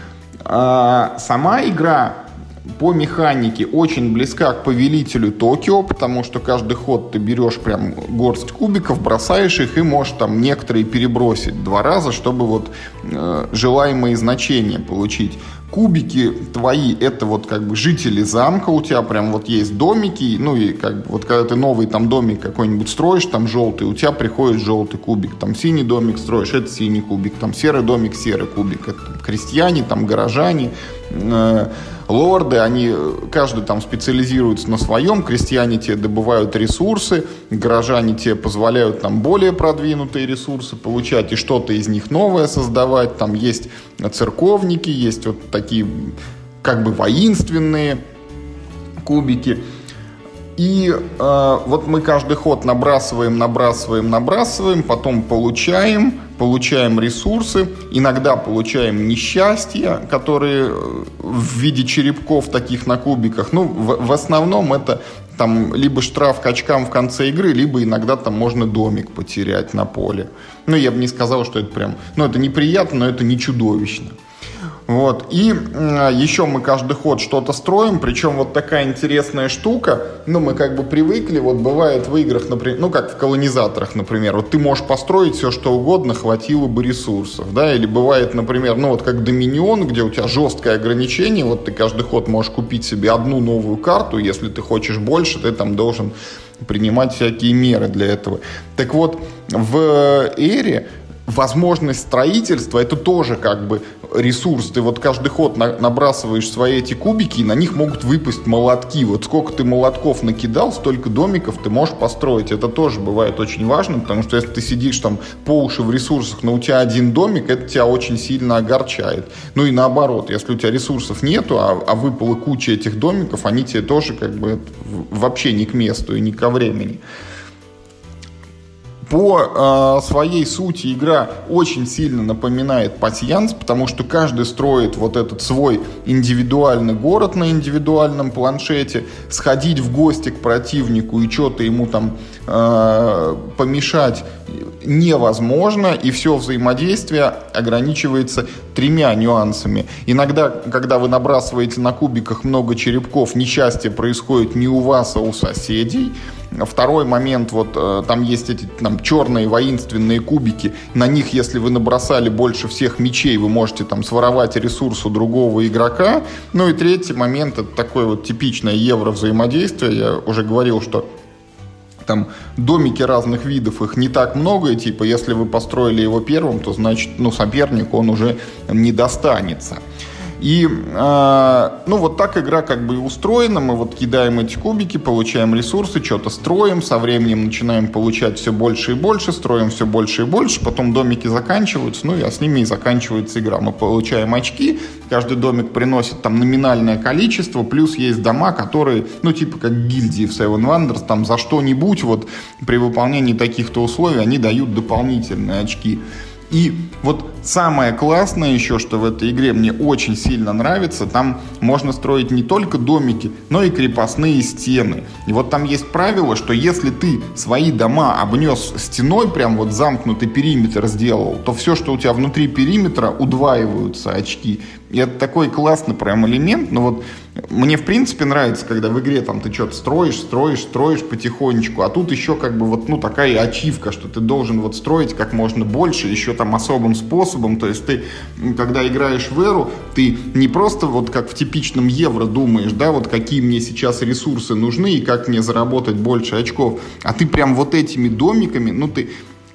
А сама игра по механике очень близка к Повелителю Токио, потому что каждый ход ты берешь прям горсть кубиков, бросаешь их и можешь там некоторые перебросить 2 раза, чтобы вот желаемые значения получить. Кубики твои — это вот как бы жители замка, у тебя прям вот есть домики, ну и как бы вот когда ты новый там домик какой-нибудь строишь, там желтый, у тебя приходит желтый кубик, там синий домик строишь, это синий кубик, там серый домик, серый кубик, это крестьяне, там горожане, лорды, они каждый там специализируется на своем, крестьяне тебе добывают ресурсы, горожане тебе позволяют там более продвинутые ресурсы получать и что-то из них новое создавать, там есть церковники, есть вот такие как бы воинственные кубики. И вот мы каждый ход набрасываем, потом получаем ресурсы, иногда получаем несчастья, которые в виде черепков таких на кубиках. Ну, в основном это там либо штраф к очкам в конце игры, либо иногда там можно домик потерять на поле. Ну, я бы не сказал, что это прям... Ну, это неприятно, но это не чудовищно. Вот. И еще мы каждый ход что-то строим, причем вот такая интересная штука, ну, мы как бы привыкли, вот бывает в играх, например, ну, как в колонизаторах, например, вот ты можешь построить все, что угодно, хватило бы ресурсов, да, или бывает, например, ну, вот как Доминион, где у тебя жесткое ограничение, вот ты каждый ход можешь купить себе одну новую карту, если ты хочешь больше, ты там должен принимать всякие меры для этого. Так вот, в Эре возможность строительства — это тоже как бы ресурс. Ты вот каждый ход набрасываешь свои эти кубики, и на них могут выпасть молотки. Вот сколько ты молотков накидал, столько домиков ты можешь построить. Это тоже бывает очень важно, потому что если ты сидишь там по уши в ресурсах, но у тебя один домик, это тебя очень сильно огорчает. Ну и наоборот, если у тебя ресурсов нету, а выпала куча этих домиков, они тебе тоже как бы вообще не к месту и не ко времени. По своей сути игра очень сильно напоминает пасьянс, потому что каждый строит вот этот свой индивидуальный город на индивидуальном планшете. Сходить в гости к противнику и что-то ему там помешать невозможно, и все взаимодействие ограничивается 3 нюансами. Иногда, когда вы набрасываете на кубиках много черепков, несчастье происходит не у вас, а у соседей. Второй момент, вот там есть эти там черные воинственные кубики, на них, если вы набросали больше всех мечей, вы можете там своровать ресурс у другого игрока. Ну и третий момент, это такое вот типичное евро-взаимодействие. Я уже говорил, что там домики разных видов, их не так много, и типа если вы построили его первым, то значит, ну, соперник он уже не достанется. И, ну, вот так игра как бы и устроена. Мы вот кидаем эти кубики, получаем ресурсы, что-то строим, со временем начинаем получать все больше и больше, строим все больше и больше, потом домики заканчиваются, ну, а с ними и заканчивается игра. Мы получаем очки, каждый домик приносит там номинальное количество, плюс есть дома, которые, ну, типа как гильдии в Seven Wonders, там за что-нибудь вот при выполнении таких-то условий они дают дополнительные очки. И вот самое классное еще, что в этой игре мне очень сильно нравится, там можно строить не только домики, но и крепостные стены. И вот там есть правило, что если ты свои дома обнес стеной, прям вот замкнутый периметр сделал, то все, что у тебя внутри периметра, удваиваются очки. И это такой классный прям элемент. Но вот мне в принципе нравится, когда в игре там ты что-то строишь потихонечку, а тут еще как бы вот, ну, такая ачивка, что ты должен вот строить как можно больше, еще там особым способом. То есть ты, когда играешь в Эру, ты не просто вот как в типичном евро думаешь, да, вот какие мне сейчас ресурсы нужны и как мне заработать больше очков, а ты прям вот этими домиками, ну, ты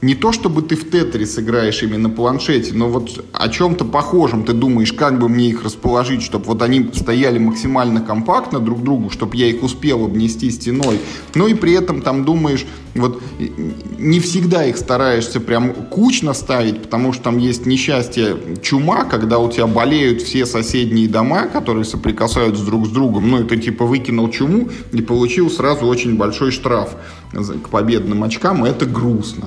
не то чтобы ты в Тетрис играешь ими на планшете, но вот о чем-то похожем ты думаешь, как бы мне их расположить, чтобы вот они стояли максимально компактно друг к другу, чтобы я их успел обнести стеной. Ну и при этом там думаешь, вот не всегда их стараешься прям кучно ставить, потому что там есть несчастье чума, когда у тебя болеют все соседние дома, которые соприкасаются друг с другом. Ну, и ты типа выкинул чуму и получил сразу очень большой штраф к победным очкам, и это грустно.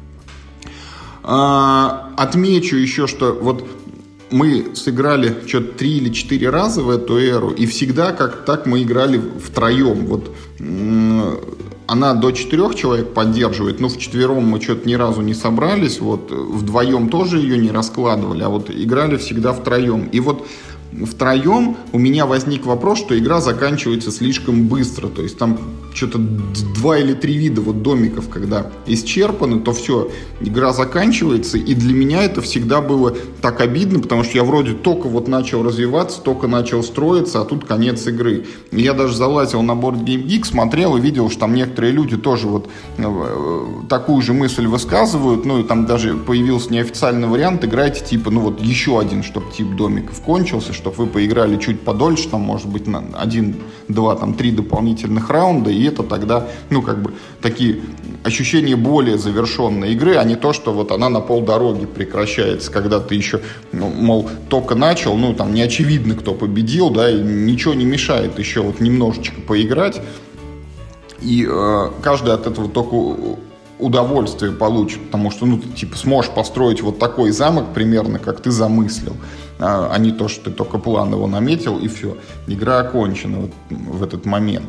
Отмечу еще, что вот мы сыграли что-то 3 или 4 раза в эту эру, и всегда как так мы играли втроем. Вот она до 4 человек поддерживает, но вчетвером мы что-то ни разу не собрались, вот вдвоем тоже ее не раскладывали, а вот играли всегда втроем. И вот втроем у меня возник вопрос, что игра заканчивается слишком быстро. То есть там что-то 2 или 3 вида вот домиков, когда исчерпаны, то все, игра заканчивается. И для меня это всегда было так обидно, потому что я вроде только вот начал развиваться, только начал строиться, а тут конец игры. И я даже залазил на Board Game Geek, смотрел и видел, что там некоторые люди тоже вот такую же мысль высказывают. Ну и там даже появился неофициальный вариант: играйте типа, ну вот еще один, чтобы тип домиков кончился, чтобы вы поиграли чуть подольше, там, может быть, на 1, 2, там, 3 дополнительных раунда, и это тогда, ну, как бы, такие ощущения более завершенной игры, а не то, что вот она на полдороги прекращается, когда ты еще, ну, мол, только начал, ну, там, не очевидно, кто победил, да, и ничего не мешает еще вот немножечко поиграть, и каждый от этого только удовольствие получит, потому что, ну, ты, типа, сможешь построить вот такой замок примерно, как ты замыслил, а не то, что ты только план его наметил, и все, игра окончена вот в этот момент.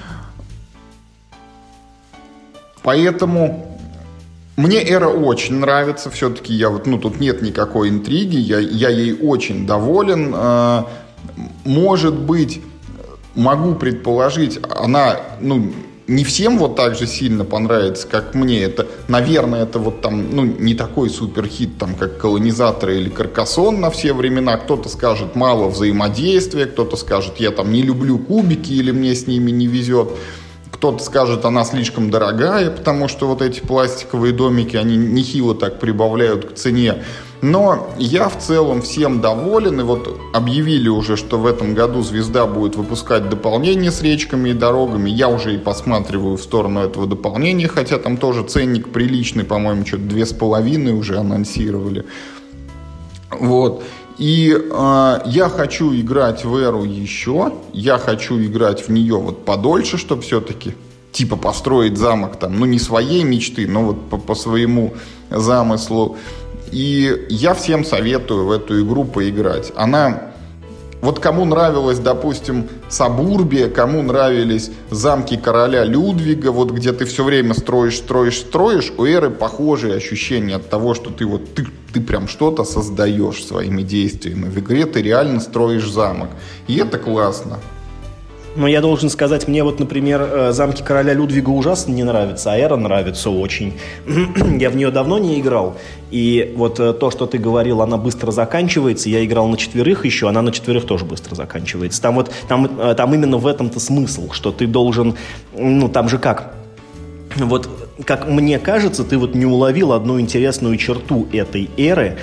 Поэтому мне эра очень нравится, все-таки я вот, ну, тут нет никакой интриги, я ей очень доволен. Может быть, могу предположить, она, ну, не всем вот так же сильно понравится, как мне. Это, наверное, это вот там, ну, не такой суперхит, там, как «Колонизаторы» или «Каркассон» на все времена. Кто-то скажет, мало взаимодействия, кто-то скажет, я там не люблю кубики или мне с ними не везет. Кто-то скажет, она слишком дорогая, потому что вот эти пластиковые домики, они нехило так прибавляют к цене. Но я в целом всем доволен, и вот объявили уже, что в этом году «Звезда» будет выпускать дополнение с речками и дорогами. Я уже и посматриваю в сторону этого дополнения, хотя там тоже ценник приличный, по-моему, что-то 2,5 уже анонсировали. Вот. И я хочу играть в эру еще, я хочу играть в нее вот подольше, чтобы все-таки типа построить замок там, ну не своей мечты, но вот по своему замыслу. И я всем советую в эту игру поиграть. Она, вот кому нравилась, допустим, Сабурбия, кому нравились замки короля Людвига, вот где ты все время строишь, у эры похожие ощущения от того, что ты вот ты прям что-то создаешь своими действиями. В игре ты реально строишь замок. И это классно. Но я должен сказать, мне вот, например, замки короля Людвига ужасно не нравятся, а эра нравится очень. Я в нее давно не играл. И вот то, что ты говорил, она быстро заканчивается. Я играл на 4 еще, она на 4 тоже быстро заканчивается. Там именно в этом-то смысл, что ты должен, ну там же как... Вот, как мне кажется, ты вот не уловил одну интересную черту этой эры.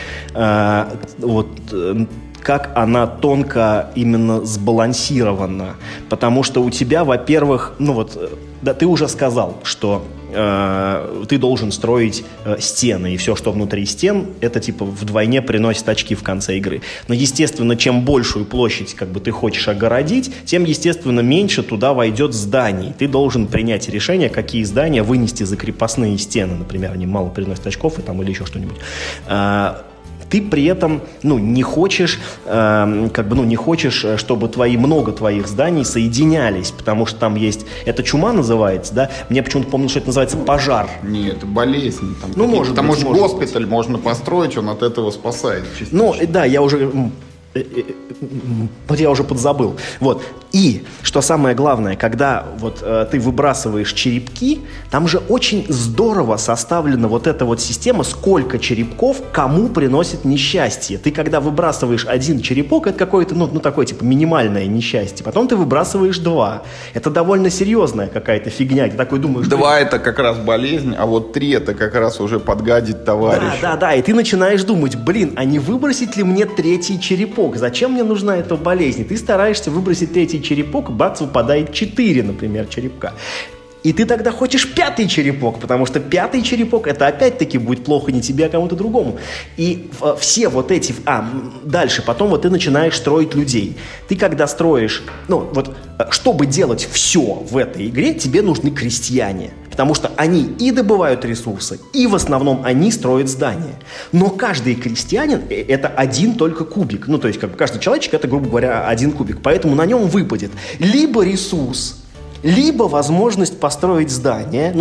Как она тонко именно сбалансирована. Потому что у тебя, во-первых, ну вот, да, ты уже сказал, что ты должен строить стены, и все, что внутри стен, это типа вдвойне приносит очки в конце игры. Но, естественно, чем большую площадь как бы ты хочешь огородить, тем, естественно, меньше туда войдет зданий. Ты должен принять решение, какие здания вынести за крепостные стены. Например, они мало приносят очков и там, или еще что-нибудь. Ты при этом, ну, не хочешь, не хочешь, чтобы много твоих зданий соединялись, потому что там есть, это чума называется, да? Мне почему-то помню, что это называется пожар. Нет, это болезнь. Там, ну, может потому быть, что госпиталь можно построить, он от этого спасает частично. Ну, да, я уже подзабыл. Вот. И, что самое главное, когда вот ты выбрасываешь черепки, там же очень здорово составлена вот эта вот система, сколько черепков кому приносит несчастье. Ты когда выбрасываешь один черепок, это какое-то, ну такое, типа, минимальное несчастье. Потом ты выбрасываешь 2. Это довольно серьезная какая-то фигня. Ты такой думаешь... 2 это как раз болезнь, а вот 3 это как раз уже подгадить товарищу. Да. И ты начинаешь думать, а не выбросить ли мне 3-й черепок? Зачем мне нужна эта болезнь? И ты стараешься выбросить 3-й черепок, бац, выпадает 4, например, черепка. И ты тогда хочешь 5-й черепок, потому что 5-й черепок, это опять-таки будет плохо не тебе, а кому-то другому. И все вот эти... дальше, потом вот ты начинаешь строить людей. Ты когда строишь... чтобы делать все в этой игре, тебе нужны крестьяне. Потому что они и добывают ресурсы, и в основном они строят здания. Но каждый крестьянин – это один только кубик. То есть каждый человечек – это, грубо говоря, один кубик. Поэтому на нем выпадет либо ресурс, либо возможность построить здание,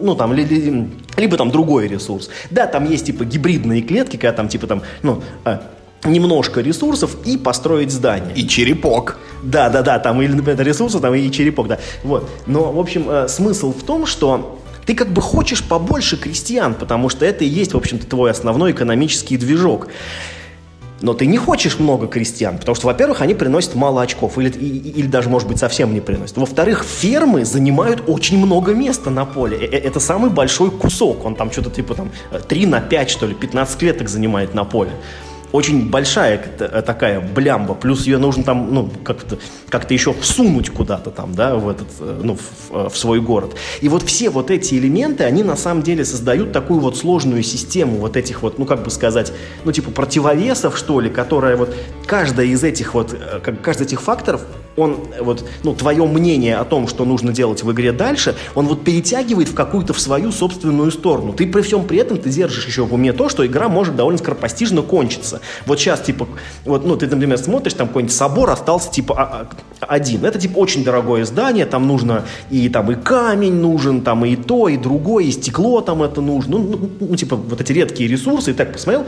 либо там другой ресурс. Да, там есть типа гибридные клетки, когда там типа немножко ресурсов и построить здание. И черепок. Да, там или, например, ресурсы, там и черепок, да. Вот. Но, в общем, смысл в том, что ты как бы хочешь побольше крестьян, потому что это и есть, в общем-то, твой основной экономический движок. Но ты не хочешь много крестьян, потому что, во-первых, они приносят мало очков, или даже, может быть, совсем не приносят. Во-вторых, фермы занимают очень много места на поле. Это самый большой кусок. Он там что-то типа 3 на 5, что ли, 15 клеток занимает на поле. Очень большая такая блямба, плюс ее нужно там, как-то еще всунуть куда-то там, да, в свой город. И вот все вот эти элементы, они на самом деле создают такую вот сложную систему вот этих вот, противовесов, что ли, которая вот, каждый из этих факторов, он твое мнение о том, что нужно делать в игре дальше, он вот перетягивает в какую-то в свою собственную сторону. Ты при всем при этом, ты держишь еще в уме то, что игра может довольно скоропостижно кончиться. Вот сейчас, ты, например, смотришь, там какой-нибудь собор остался, один. Это, очень дорогое здание, там нужно и камень нужен, там и то, и другое, и стекло там это нужно. Вот эти редкие ресурсы, и так посмотрел,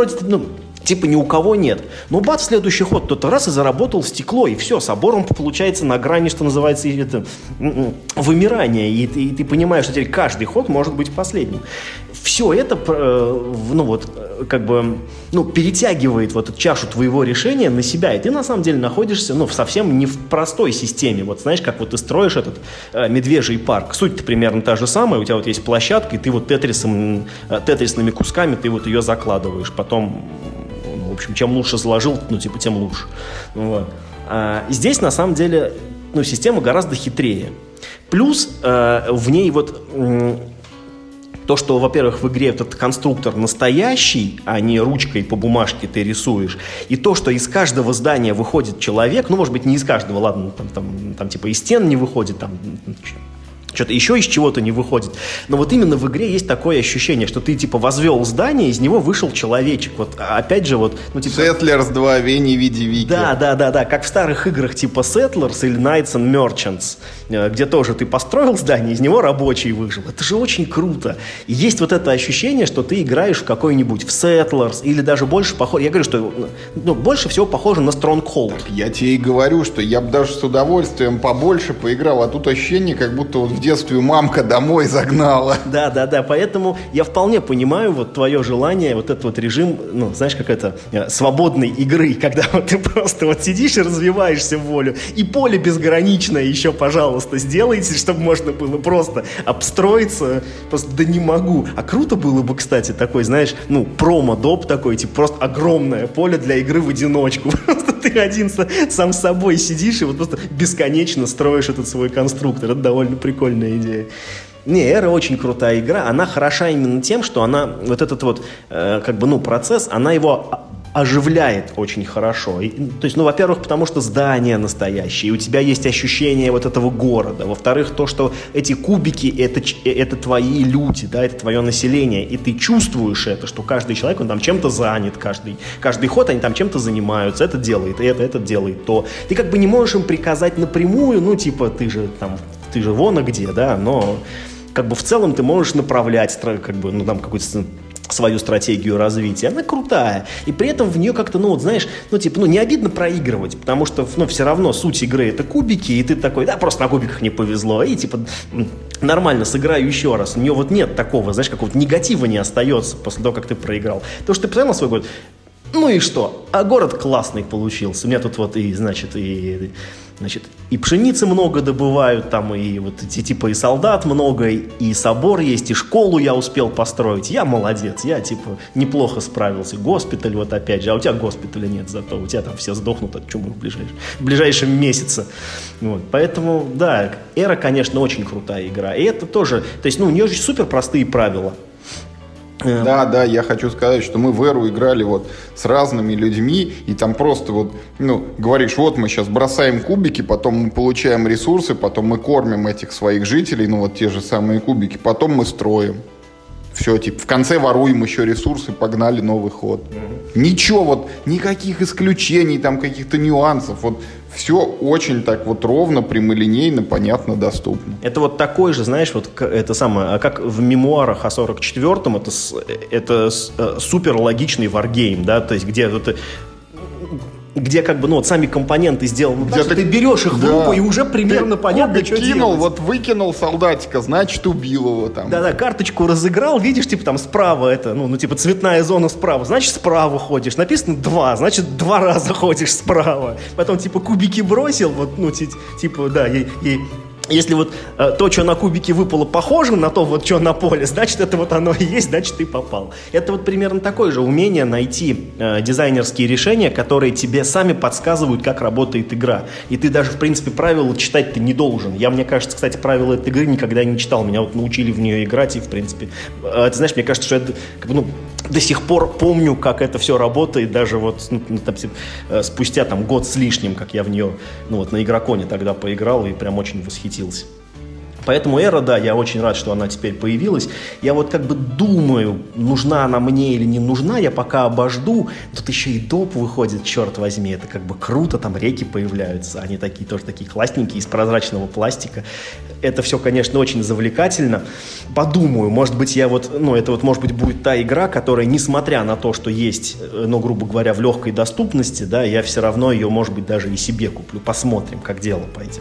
ни у кого нет. Но бац, в следующий ход кто-то раз и заработал стекло, и все, собор он получается на грани, что называется, вымирания. И ты понимаешь, что теперь каждый ход может быть последним. Все это, перетягивает вот эту чашу твоего решения на себя, и ты на самом деле находишься, совсем не в простой системе. Вот знаешь, как вот ты строишь этот медвежий парк. Суть-то примерно та же самая. У тебя вот есть площадка, и ты вот тетрисными кусками ты вот ее закладываешь. Потом, в общем, чем лучше заложил, тем лучше. Вот. Здесь, на самом деле, система гораздо хитрее. Плюс в ней то, что, во-первых, в игре этот конструктор настоящий, а не ручкой по бумажке ты рисуешь, и то, что из каждого здания выходит человек, может быть, не из каждого, ладно, там из стен не выходит, там что-то еще из чего-то не выходит. Но вот именно в игре есть такое ощущение, что ты возвел здание, из него вышел человечек. Вот опять же Settlers 2, Вени види Вики. Да, как в старых играх типа Settlers или Knights and Merchants, где тоже ты построил здание, из него рабочий выжил. Это же очень круто. И есть вот это ощущение, что ты играешь в какой-нибудь в Settlers или даже больше похоже. Я говорю, что больше всего похоже на Stronghold. Я тебе и говорю, что я бы даже с удовольствием побольше поиграл, а тут ощущение, как будто в детстве мамка домой загнала. Да, поэтому я вполне понимаю твое желание, этот режим, свободной игры, когда ты просто сидишь и развиваешься в волю, и поле безграничное еще, пожалуйста, сделайте, чтобы можно было просто обстроиться, просто да не могу. А круто было бы, кстати, такой, знаешь, промо-доп такой, просто огромное поле для игры в одиночку. Просто ты один сам с собой сидишь и просто бесконечно строишь этот свой конструктор. Это довольно прикольная идея. Эра очень крутая игра. Она хороша именно тем, что она процесс, она его оживляет очень хорошо. Во-первых, потому что здание настоящее, и у тебя есть ощущение этого города. Во-вторых, то, что эти кубики это твои люди, да, это твое население, и ты чувствуешь это, что каждый человек, он там чем-то занят, каждый ход они там чем-то занимаются, это делает, это делает то. Ты не можешь им приказать напрямую, ты же вон где, да, но в целом ты можешь направлять, какую-то свою стратегию развития, она крутая. И при этом в нее как-то, ну, вот, знаешь, ну, типа, ну, не обидно проигрывать, потому что, ну, все равно суть игры — это кубики, и ты такой, да, просто на кубиках не повезло, и, типа, нормально, сыграю еще раз. У нее вот нет такого, знаешь, какого-то негатива не остается после того, как ты проиграл. Потому что ты посмотрел на свой год, ну и что? А город классный получился. У меня тут вот и, значит, и пшеницы много добывают, там, и вот типа и солдат много, и собор есть, и школу я успел построить. Я молодец, я, типа, неплохо справился. Госпиталь вот опять же, а у тебя госпиталя нет, зато у тебя там все сдохнут от чумы в ближайшем месяце. Вот. Поэтому, да, Эра, конечно, очень крутая игра. И это тоже, то есть, ну, у нее же супер простые правила. Да, я хочу сказать, что мы в Эру играли вот с разными людьми, и там просто вот, ну, говоришь, вот мы сейчас бросаем кубики, потом мы получаем ресурсы, потом мы кормим этих своих жителей, ну, вот те же самые кубики, потом мы строим. Все, типа, в конце воруем еще ресурсы, погнали новый ход. Ничего, вот, никаких исключений, там, каких-то нюансов, вот, все очень так вот ровно, прямолинейно, понятно, доступно. Это вот такой же, знаешь, вот это самое, как в мемуарах о 44-м, это супер логичный варгейм, да, то есть где как бы, ну, вот сами компоненты сделаны так, что ты берешь их в руку, и уже примерно понятно, что кинул, делать. вот выкинул солдатика, значит, убил его там. Да-да, карточку разыграл, видишь, типа там справа это, ну типа цветная зона справа, значит, справа ходишь. Написано 2, значит, 2 раза ходишь справа. Потом, типа, кубики бросил, вот, ну, типа, да, если вот то, что на кубике выпало, похоже на то, вот что на поле, значит, это вот оно и есть, значит, ты попал. Это вот примерно такое же умение найти дизайнерские решения, которые тебе сами подсказывают, как работает игра. И ты даже, в принципе, правила читать ты не должен. Я, мне кажется, кстати, правила этой игры никогда не читал. Меня вот научили в нее играть, и, в принципе, ты знаешь, мне кажется, что это, как бы, ну, до сих пор помню, как это все работает, даже вот, ну, там, спустя там год с лишним, как я в нее, ну, вот на Игроконе тогда поиграл и прям очень восхитился. Поэтому Эра, да, я очень рад, что она теперь появилась. Я вот как бы думаю, нужна она мне или не нужна, я пока обожду. Тут еще и доп выходит, черт возьми, это как бы круто, там реки появляются, они такие тоже такие классненькие, из прозрачного пластика. Это все, конечно, очень завлекательно. Подумаю, может быть, я вот, ну, это вот, может быть, будет та игра, которая, несмотря на то, что есть, ну, грубо говоря, в легкой доступности, да, я все равно ее, может быть, даже и себе куплю. Посмотрим, как дело пойдет.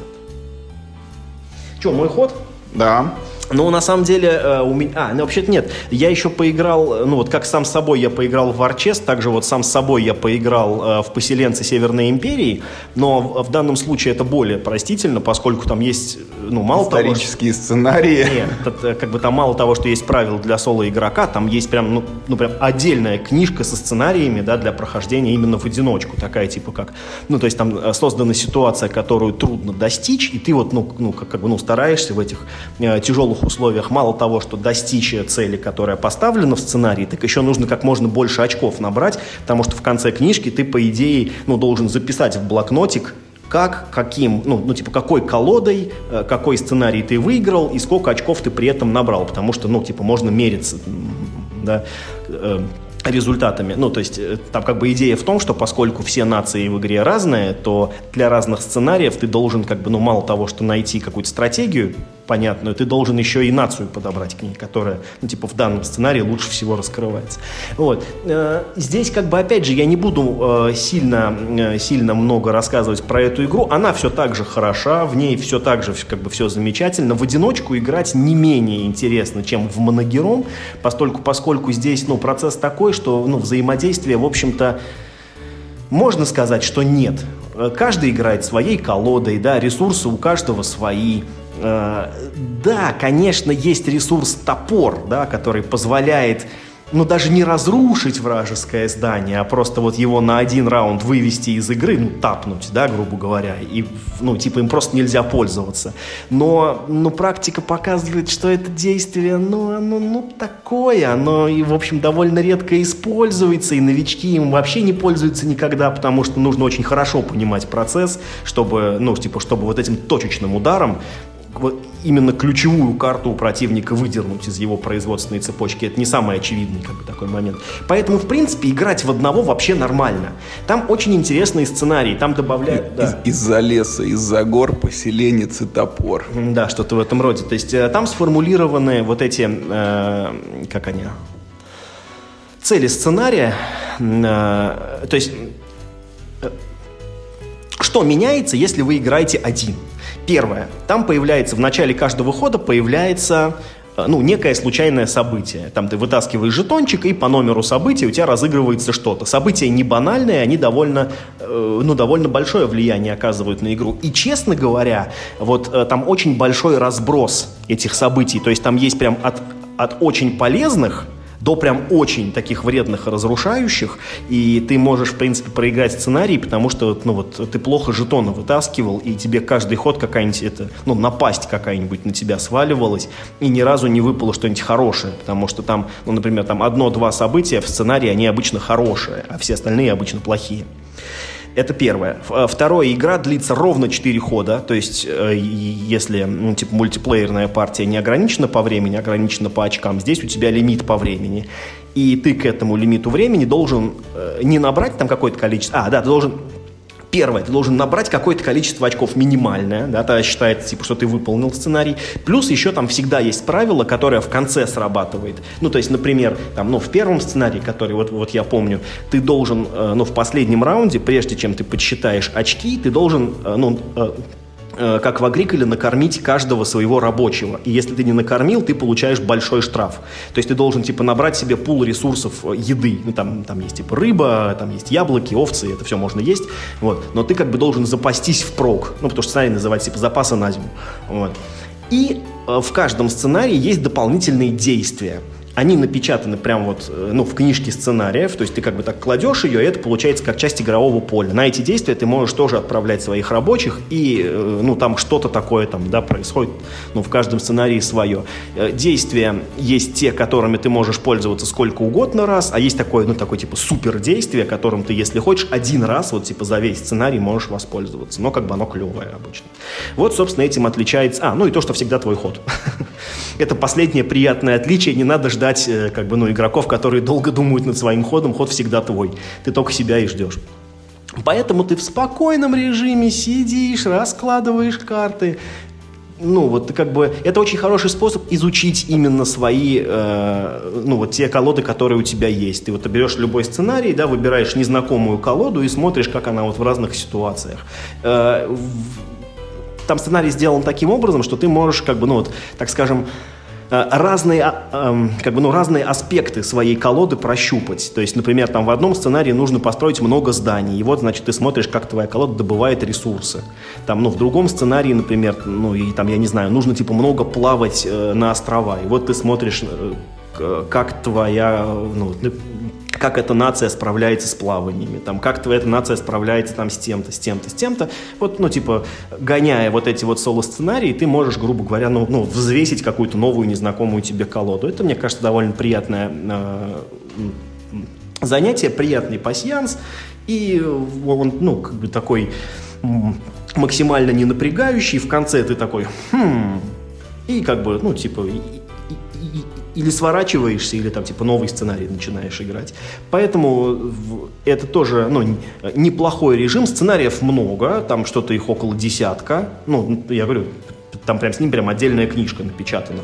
Че, мой ход? Да. Ну, на самом деле, у меня... ну, вообще-то нет. Я еще поиграл, ну, вот как сам с собой я поиграл в War Chest, также вот сам с собой я поиграл в Поселенцы Северной Империи, но в данном случае это более простительно, поскольку там есть, ну, мало исторические сценарии. Нет, как бы там мало того, что есть правила для соло-игрока, там есть прям, ну, прям отдельная книжка со сценариями, да, для прохождения именно в одиночку, такая типа как... Ну, то есть там создана ситуация, которую трудно достичь, и ты вот, ну как бы, ну, стараешься в этих тяжелых условиях мало того, что достичь цели, которая поставлена в сценарии, так еще нужно как можно больше очков набрать, потому что в конце книжки ты, по идее, ну, должен записать в блокнотик, каким, ну, типа, какой колодой, какой сценарий ты выиграл и сколько очков ты при этом набрал, потому что, ну, типа, можно мериться, да, результатами. Ну, то есть, там как бы идея в том, что поскольку все нации в игре разные, то для разных сценариев ты должен, как бы, ну, мало того, что найти какую-то стратегию понятную, ты должен еще и нацию подобрать к ней, которая, ну, типа, в данном сценарии лучше всего раскрывается. Вот. Здесь, как бы, опять же, я не буду сильно много рассказывать про эту игру. Она все так же хороша, в ней все так же, как бы, все замечательно. В одиночку играть не менее интересно, чем в моногером, поскольку здесь, ну, процесс такой, что, ну, взаимодействие, в общем-то, можно сказать, что нет. Каждый играет своей колодой, да, ресурсы у каждого свои. Да, конечно, есть ресурс топор, да, который позволяет, ну, даже не разрушить вражеское здание, а просто вот его на один раунд вывести из игры, ну, тапнуть, да, грубо говоря, и, ну, типа, им просто нельзя пользоваться. Но практика показывает, что это действие, оно такое, оно, и, в общем, довольно редко используется, и новички им вообще не пользуются никогда, потому что нужно очень хорошо понимать процесс, чтобы, ну, типа, чтобы вот этим точечным ударом именно ключевую карту у противника выдернуть из его производственной цепочки. Это не самый очевидный, как бы, такой момент. Поэтому, в принципе, играть в одного вообще нормально. Там очень интересные сценарии. Там добавляют... Из-за леса, из-за гор, поселенец и топор. Да, что-то в этом роде. То есть там сформулированы вот эти... как они... цели сценария, то есть, что меняется, если вы играете один? Первое, там появляется, в начале каждого хода появляется некое случайное событие. Там ты вытаскиваешь жетончик, и по номеру события у тебя разыгрывается что-то. События не банальные, они довольно большое влияние оказывают на игру. И, честно говоря, вот там очень большой разброс этих событий. То есть там есть прям от очень полезных до прям очень таких вредных и разрушающих, и ты можешь, в принципе, проиграть сценарий, потому что ты плохо жетоны вытаскивал, и тебе каждый ход какая-нибудь напасть какая-нибудь на тебя сваливалась, и ни разу не выпало что-нибудь хорошее, потому что там, например, там 1-2 события в сценарии, они обычно хорошие, а все остальные обычно плохие. Это первое. Второе, игра длится ровно 4 хода, то есть если мультиплеерная партия не ограничена по времени, ограничена по очкам, здесь у тебя лимит по времени. И ты к этому лимиту времени должен не набрать там какое-то количество... ты должен... Первое, ты должен набрать какое-то количество очков минимальное, да, тогда считается, что ты выполнил сценарий. Плюс еще там всегда есть правило, которое в конце срабатывает. То есть, например, в первом сценарии, который вот я помню, ты должен, в последнем раунде, прежде чем ты подсчитаешь очки, ты должен, как в Агриколе, накормить каждого своего рабочего. И если ты не накормил, ты получаешь большой штраф. То есть ты должен, набрать себе пул ресурсов еды. Там есть, рыба, там есть яблоки, овцы, это все можно есть. Вот. Но ты должен запастись впрок. Потому что сценарий называется, запасы на зиму. Вот. И в каждом сценарии есть дополнительные действия. Они напечатаны прям в книжке сценариев, то есть ты так кладешь ее, и это получается как часть игрового поля. На эти действия ты можешь тоже отправлять своих рабочих, и там что-то такое происходит, в каждом сценарии свое. Действия есть те, которыми ты можешь пользоваться сколько угодно раз, а есть такое, супер действие, которым ты, если хочешь, один раз за весь сценарий можешь воспользоваться, но оно клевое обычно. Вот, собственно, этим отличается... и то, что всегда твой ход. Это последнее приятное отличие, не надо ждать игроков, которые долго думают над своим ходом, ход всегда твой. Ты только себя и ждешь. Поэтому ты в спокойном режиме сидишь, раскладываешь карты. Это очень хороший способ изучить именно свои, те колоды, которые у тебя есть. Ты берешь любой сценарий, выбираешь незнакомую колоду и смотришь, как она в разных ситуациях. Там сценарий сделан таким образом, что ты можешь, так скажем, разные аспекты своей колоды прощупать. То есть, например, в одном сценарии нужно построить много зданий. И ты смотришь, как твоя колода добывает ресурсы. В другом сценарии, например, я не знаю, нужно много плавать на острова. И ты смотришь, как твоя... как эта нация справляется с плаваниями, как твоя эта нация справляется с тем-то, с тем-то, с тем-то. Гоняя эти соло-сценарии, ты можешь, грубо говоря, взвесить какую-то новую, незнакомую тебе колоду. Это, мне кажется, довольно приятное занятие, приятный пасьянс, и он, такой максимально не напрягающий. В конце ты такой, и или сворачиваешься, или новый сценарий начинаешь играть. Поэтому это тоже неплохой режим. Сценариев много, там что-то их около 10. Я говорю, там с ним прям отдельная книжка напечатана.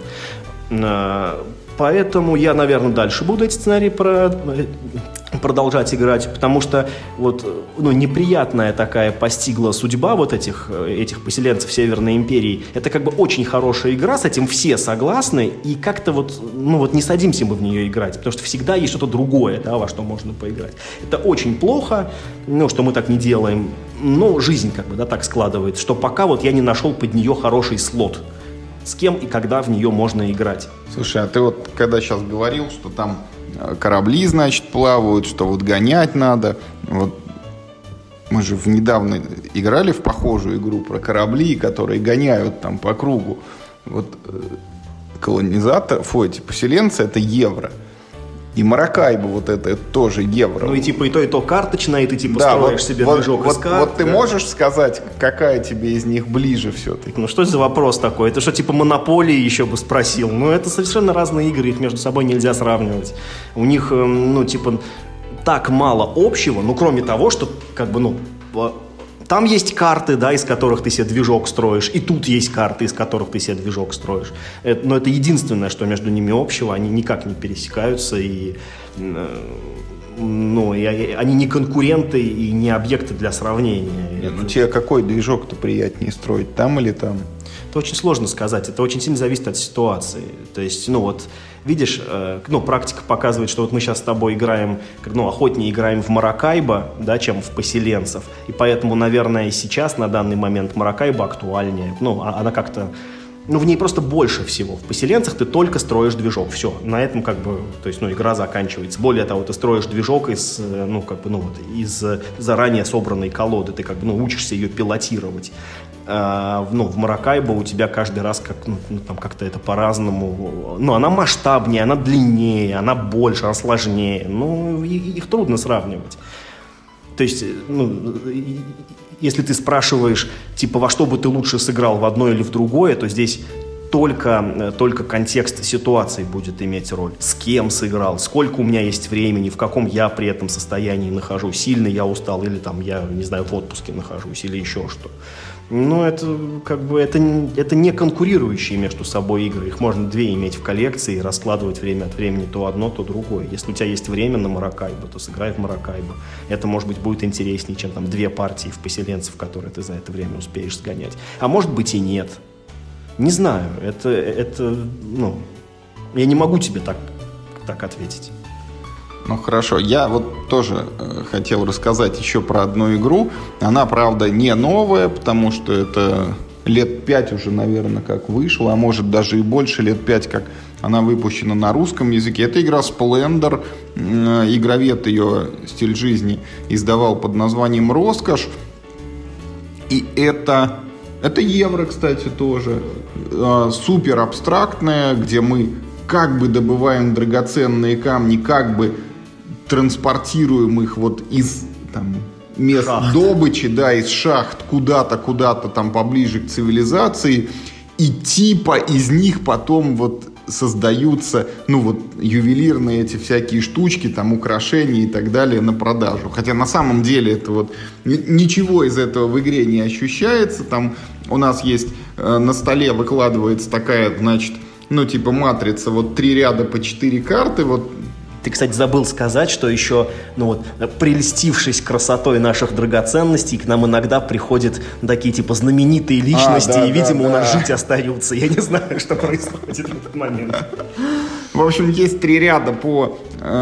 Поэтому я, наверное, дальше буду эти сценарии продолжать играть, потому что неприятная такая постигла судьба этих поселенцев Северной империи. Это очень хорошая игра, с этим все согласны, и как-то не садимся мы в нее играть, потому что всегда есть что-то другое, во что можно поиграть. Это очень плохо, что мы так не делаем, но жизнь так складывается, что пока я не нашел под нее хороший слот, с кем и когда в нее можно играть. Слушай, а ты когда сейчас говорил, что там корабли, значит, плавают, что гонять надо. Мы же недавно играли в похожую игру про корабли, которые гоняют по кругу. Поселенцы — это евро. И Маракайбо это тоже евро. И то карточное, и ты строишь себе движок из карт. Ты можешь сказать, какая тебе из них ближе все-таки? Что это за вопрос такой? Это что, Монополии еще бы спросил? Это совершенно разные игры, их между собой нельзя сравнивать. У них, так мало общего, кроме того, что, там есть карты, да, из которых ты себе движок строишь, и тут есть карты, из которых ты себе движок строишь. Но это единственное, что между ними общего, они никак не пересекаются, и они не конкуренты и не объекты для сравнения. Ну тебе какой движок-то приятнее строить, там или там? Это очень сложно сказать, это очень сильно зависит от ситуации. То есть, видишь, практика показывает, что вот мы сейчас с тобой играем, охотнее играем в Маракайбо, да, чем в поселенцев. И поэтому, наверное, сейчас, на данный момент, Маракайбо актуальнее. Она как-то... в ней просто больше всего. В поселенцах ты только строишь движок. Все, на этом игра заканчивается. Более того, ты строишь движок из заранее собранной колоды. Ты учишься ее пилотировать. В Маракайбо у тебя каждый раз как-то это по-разному. Она масштабнее, она длиннее, она больше, она сложнее. Их трудно сравнивать. То есть, если ты спрашиваешь, во что бы ты лучше сыграл, в одно или в другое, то здесь только контекст ситуации будет иметь роль. С кем сыграл, сколько у меня есть времени, в каком я при этом состоянии нахожусь, сильно я устал, или я, не знаю, в отпуске нахожусь, или еще что. Это не конкурирующие между собой игры. Их можно две иметь в коллекции и раскладывать время от времени то одно, то другое. Если у тебя есть время на Маракайбо, то сыграй в Маракайбо. Это, может быть, будет интереснее, чем две партии в поселенцев, которые ты за это время успеешь сгонять. А может быть и нет. Не знаю. Я не могу тебе так ответить. Хорошо, я тоже хотел рассказать еще про одну игру. Она, правда, не новая, потому что это лет 5 уже, наверное, как вышла, а может даже и больше, лет 5, как она выпущена на русском языке. Это игра Splendor. Игровед ее «Стиль жизни» издавал под названием «Роскошь». И это евро, кстати, тоже. Супер абстрактная, где мы как бы добываем драгоценные камни, как бы транспортируем их из мест добычи, из шахт куда-то поближе к цивилизации, и из них потом создаются, ювелирные эти всякие штучки, украшения и так далее на продажу. Хотя на самом деле это ничего из этого в игре не ощущается. Там у нас есть на столе выкладывается такая, матрица, 3 ряда по 4 карты, Ты, кстати, забыл сказать, что еще, прельстившись красотой наших драгоценностей, к нам иногда приходят такие, знаменитые личности, видимо, у нас жить остаются. Я не знаю, что происходит в этот момент. В общем, есть 3 ряда по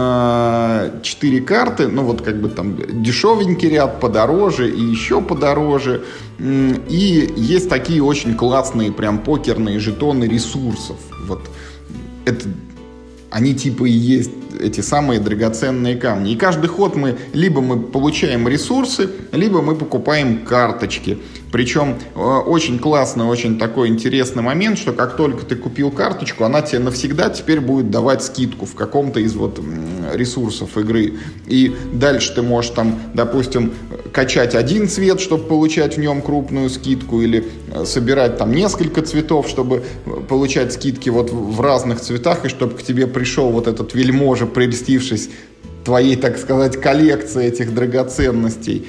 4 карты, дешевенький ряд, подороже и еще подороже. И есть такие очень классные прям покерные жетоны ресурсов. Это они и есть эти самые драгоценные камни. И каждый ход мы получаем ресурсы, либо мы покупаем карточки. Причем очень классный, очень такой интересный момент, что как только ты купил карточку, она тебе навсегда теперь будет давать скидку в каком-то из ресурсов игры. И дальше ты можешь допустим, качать один цвет, чтобы получать в нем крупную скидку, или собирать несколько цветов, чтобы получать скидки в разных цветах, и чтобы к тебе пришел этот вельможа, прельстившись твоей, так сказать, коллекцией этих драгоценностей.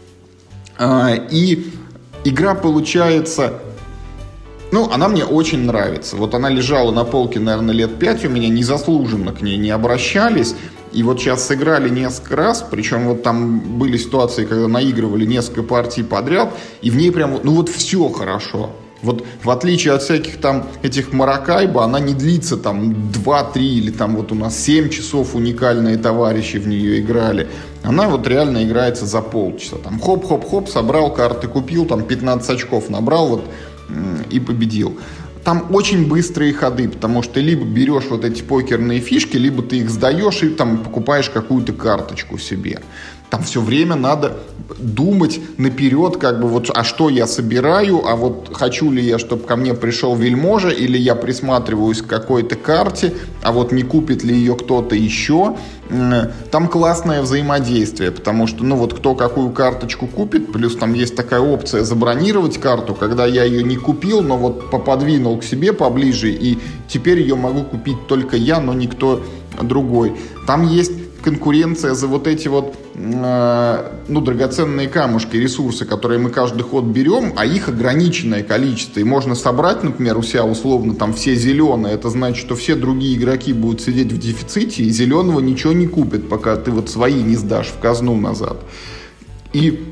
И игра получается... она мне очень нравится. Она лежала на полке, наверное, лет 5 у меня, незаслуженно к ней не обращались. И сейчас сыграли несколько раз, причем там были ситуации, когда наигрывали несколько партий подряд, и в ней прям, все хорошо. В отличие от всяких этих Маракайбо, она не длится 2-3 или у нас 7 часов уникальные товарищи в нее играли. Она реально играется за полчаса. Хоп-хоп-хоп, собрал карты, купил, 15 очков набрал и победил. Там очень быстрые ходы, потому что ты либо берешь эти покерные фишки, либо ты их сдаешь и покупаешь какую-то карточку себе. Там все время надо думать наперед, а что я собираю, а хочу ли я, чтобы ко мне пришел вельможа, или я присматриваюсь к какой-то карте, а не купит ли ее кто-то еще. Там классное взаимодействие, потому что, кто какую карточку купит, плюс там есть такая опция забронировать карту, когда я ее не купил, но подвинул к себе поближе, и теперь ее могу купить только я, но никто другой. Там есть конкуренция за вот эти вот драгоценные камушки, ресурсы, которые мы каждый ход берем, а их ограниченное количество. И можно собрать, например, у себя условно там все зеленые. Это значит, что все другие игроки будут сидеть в дефиците, и зеленого ничего не купят, пока ты вот свои не сдашь в казну назад. И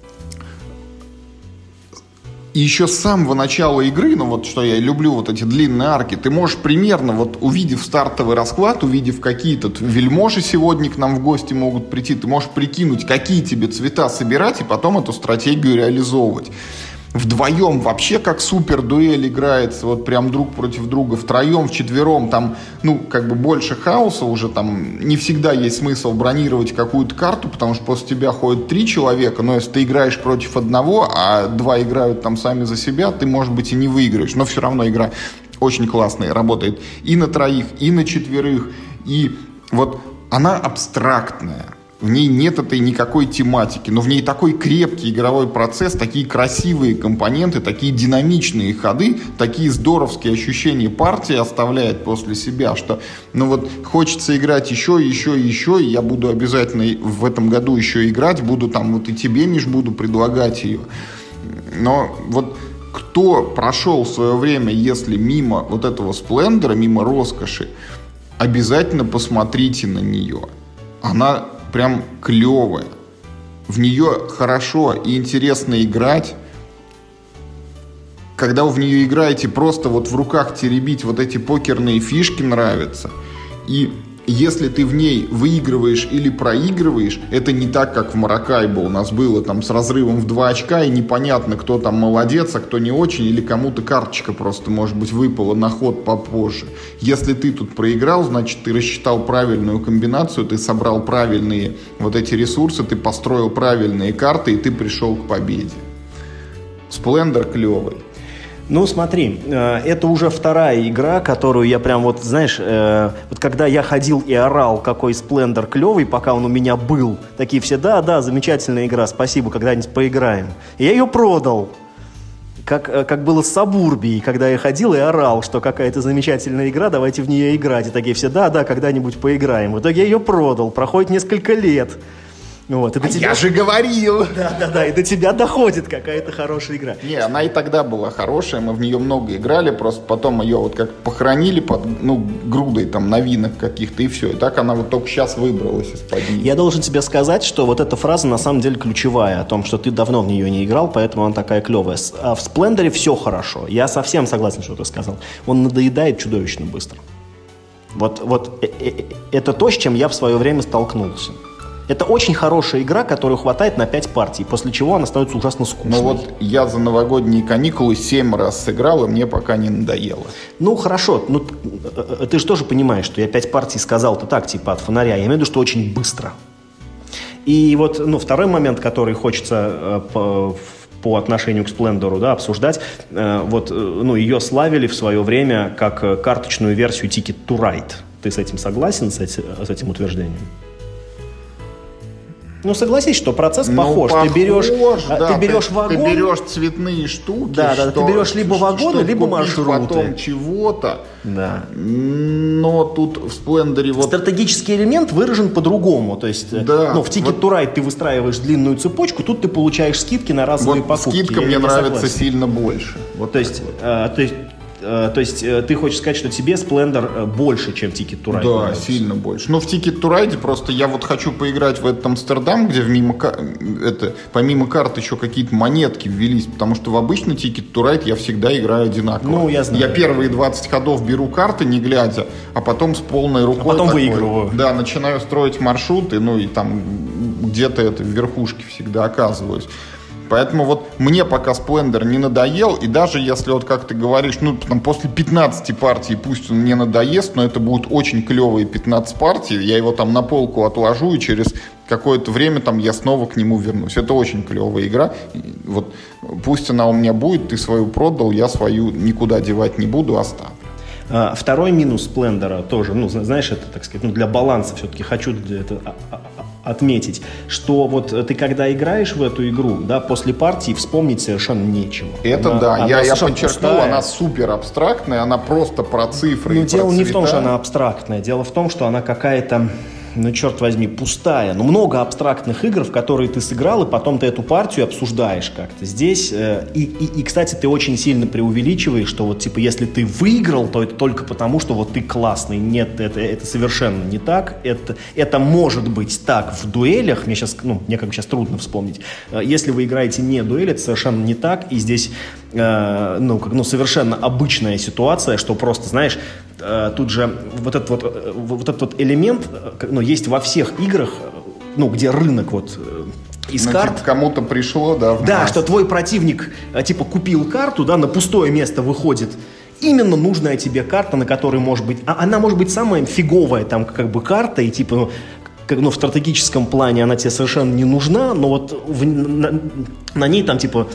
еще с самого начала игры, вот что я люблю, вот эти длинные арки, ты можешь примерно, вот увидев стартовый расклад, увидев какие-то вельможи сегодня к нам в гости могут прийти, ты можешь прикинуть, какие тебе цвета собирать, и потом эту стратегию реализовывать. Вдвоем вообще как супер дуэль играется, вот прям друг против друга, втроем, вчетвером, там, больше хаоса уже, там, не всегда есть смысл бронировать какую-то карту, потому что после тебя ходят 3 человека, но если ты играешь против одного, а 2 играют там сами за себя, ты, может быть, и не выиграешь, но все равно игра очень классная, работает и на 3, и на 4, и вот она абстрактная. В ней нет этой никакой тематики, но в ней такой крепкий игровой процесс, такие красивые компоненты, такие динамичные ходы, такие здоровские ощущения партии оставляет после себя, что хочется играть еще, и я буду обязательно в этом году еще играть, буду там и тебе, Миш, буду предлагать ее. Но вот кто прошел в свое время, если мимо вот этого сплендера, мимо роскоши, обязательно посмотрите на нее. Она прям клевая. В нее хорошо и интересно играть. Когда вы в нее играете, просто вот в руках теребить вот эти покерные фишки нравится. И если ты в ней выигрываешь или проигрываешь, это не так, как в Маракайбо у нас было там с разрывом в 2 очка, и непонятно, кто там молодец, а кто не очень, или кому-то карточка просто, может быть, выпала на ход попозже. Если ты тут проиграл, значит, ты рассчитал правильную комбинацию, ты собрал правильные вот эти ресурсы, ты построил правильные карты, и ты пришел к победе. Сплендер клевый. Ну, смотри, это уже вторая игра, которую я прям вот, знаешь, вот когда я ходил и орал, какой Сплендер клевый, пока он у меня был, такие все, да, замечательная игра, спасибо, когда-нибудь поиграем. И я ее продал, как было с Сабурбией, когда я ходил и орал, что какая-то замечательная игра, давайте в нее играть. И такие все, да, когда-нибудь поиграем. В итоге я ее продал, проходит несколько лет. Вот, я же говорил! Да, и до тебя доходит какая-то хорошая игра. Не, она и тогда была хорошая, мы в нее много играли, просто потом ее вот как похоронили под грудой там новинок каких-то, и все. И так она вот только сейчас выбралась из-под них. Я должен тебе сказать, что вот эта фраза на самом деле ключевая, о том, что ты давно в нее не играл, поэтому она такая клевая. А в Сплендере все хорошо. Я совсем согласен, что ты сказал. Он надоедает чудовищно быстро. Вот это то, с чем я в свое время столкнулся. Это очень хорошая игра, которую хватает на 5 партий, после чего она становится ужасно скучной. Ну вот я за новогодние каникулы 7 раз сыграл, и мне пока не надоело. Ну хорошо, ты же тоже понимаешь, что я 5 партий сказал-то так, типа от фонаря. Я имею в виду, что очень быстро. И вот второй момент, который хочется по отношению к Сплендеру, да, обсуждать, ее славили в свое время как карточную версию Ticket to Ride. Ты с этим согласен, с этим утверждением? Ну, согласись, что процесс похож. Ты берешь вагон. Ты берешь цветные штуки. Да, ты берешь либо вагоны, либо маршруты. Потом чего-то. Да. Но тут в Сплендере стратегический элемент выражен по-другому. То есть, в Ticket to Ride ты выстраиваешь длинную цепочку, тут ты получаешь скидки на разовые покупки. Скидка мне нравится сильно больше. То есть ты хочешь сказать, что тебе Сплендер больше, чем Ticket to Ride? Да, нравится? Сильно больше. Но в Ticket to Ride просто я вот хочу поиграть в этот Амстердам, где помимо карт еще какие-то монетки ввелись, потому что в обычный Ticket to Ride я всегда играю одинаково. Ну, я знаю. Я первые 20 ходов беру карты, не глядя, а потом с полной рукой... А потом выигрываю. Да, начинаю строить маршруты, и там где-то в верхушке всегда оказываюсь. Поэтому мне пока Сплендер не надоел, и даже если, как ты говоришь, после 15 партий пусть он не надоест, но это будут очень клевые 15 партий, я его там на полку отложу, и через какое-то время я снова к нему вернусь. Это очень клевая игра. Пусть она у меня будет, ты свою продал, я свою никуда девать не буду, оставлю. Второй минус Сплендера тоже, знаешь, это, так сказать, для баланса все-таки хочу это отметить, что ты когда играешь в эту игру, да, после партии вспомнить совершенно нечего. Это я подчеркнул, она супер абстрактная, она просто про цифры. Но дело не в том, что она абстрактная, дело в том, что она какая-то, ну, черт возьми, пустая. Ну, много абстрактных игр, в которые ты сыграл, и потом ты эту партию обсуждаешь как-то. Здесь, кстати, ты очень сильно преувеличиваешь, что вот, типа, если ты выиграл, то это только потому, что вот ты классный. Нет, это совершенно не так. Это может быть так в дуэлях. Мне как бы сейчас трудно вспомнить. Если вы играете не дуэль, это совершенно не так. И здесь, совершенно обычная ситуация, что просто, знаешь, тут же вот этот элемент, есть во всех играх, где рынок из карт. Типа, кому-то пришло, да? Да, что твой противник, типа, купил карту, да, на пустое место выходит именно нужная тебе карта, на которой может быть... Она может быть самая фиговая там как бы карта, и типа, в стратегическом плане она тебе совершенно не нужна, но вот на ней там типа,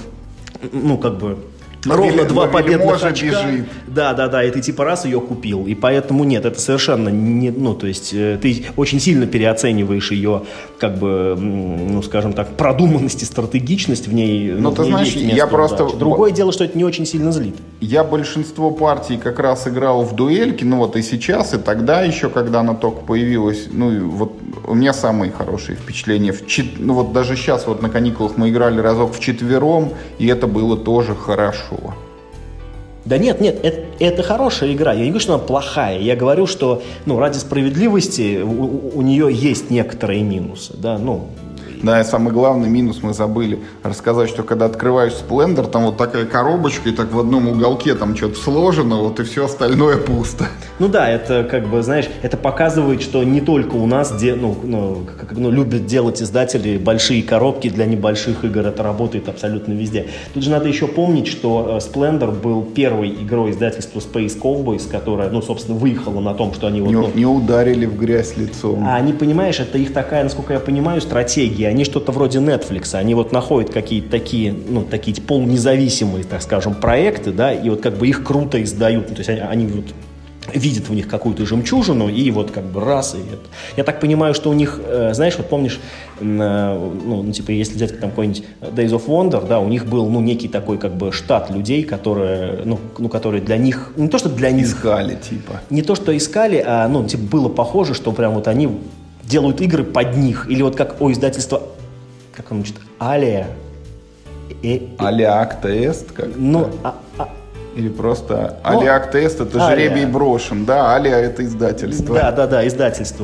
ровно 2 победных очка. Бежит. Да, и ты типа раз ее купил. И поэтому нет, это совершенно не... то есть ты очень сильно переоцениваешь ее, как бы, скажем так, продуманность и стратегичность в ней. Ты знаешь, я просто... Другое дело, что это не очень сильно злит. Я большинство партий как раз играл в дуэльки, и сейчас, и тогда еще, когда она только появилась, у меня самые хорошие впечатления. Даже сейчас на каникулах мы играли разок вчетвером, и это было тоже хорошо. Да нет, это хорошая игра. Я не говорю, что она плохая. Я говорю, что ради справедливости у нее есть некоторые минусы. Да, и самый главный минус мы забыли рассказать, что когда открываешь Splendor, там такая коробочка, и так в одном уголке там что-то сложено, и все остальное пусто. Это как бы, знаешь, это показывает, что не только у нас любят делать издатели большие коробки для небольших игр, это работает абсолютно везде. Тут же надо еще помнить, что Splendor был первой игрой издательства Space Cowboys, которая, собственно, выехала на том, что они не ударили в грязь лицом. А они, понимаешь, это их такая, насколько я понимаю, стратегия. Они что-то вроде Netflix, они находят какие-то такие полунезависимые, так скажем, проекты, да, и как бы их круто издают, то есть они видят в них какую-то жемчужину, и раз, и это. Я так понимаю, что у них, знаешь, помнишь, если взять там какой-нибудь Days of Wonder, да, у них был, некий такой, как бы, штат людей, которые, которые для них, не то, что для них... Искали, типа. Не то, что искали, а, было похоже, что прям они делают игры под них. Или как у издательства, как оно читает, Алия. Алия Акта Эст? Или просто Алия Акта Эст, это жребий брошен, да? Алия — это издательство. Да, издательство,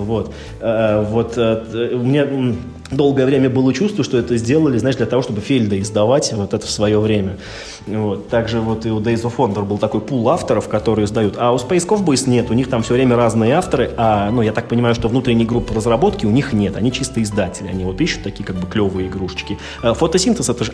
у меня долгое время было чувство, что это сделали, знаешь, для того, чтобы Фельда издавать это в свое время. Также и у Days of Wonder был такой пул авторов, которые издают, а у Space Cowboys нет, у них там все время разные авторы, я так понимаю, что внутренней группы разработки у них нет, они чисто издатели, они ищут такие как бы клевые игрушечки. Фотосинтез это же,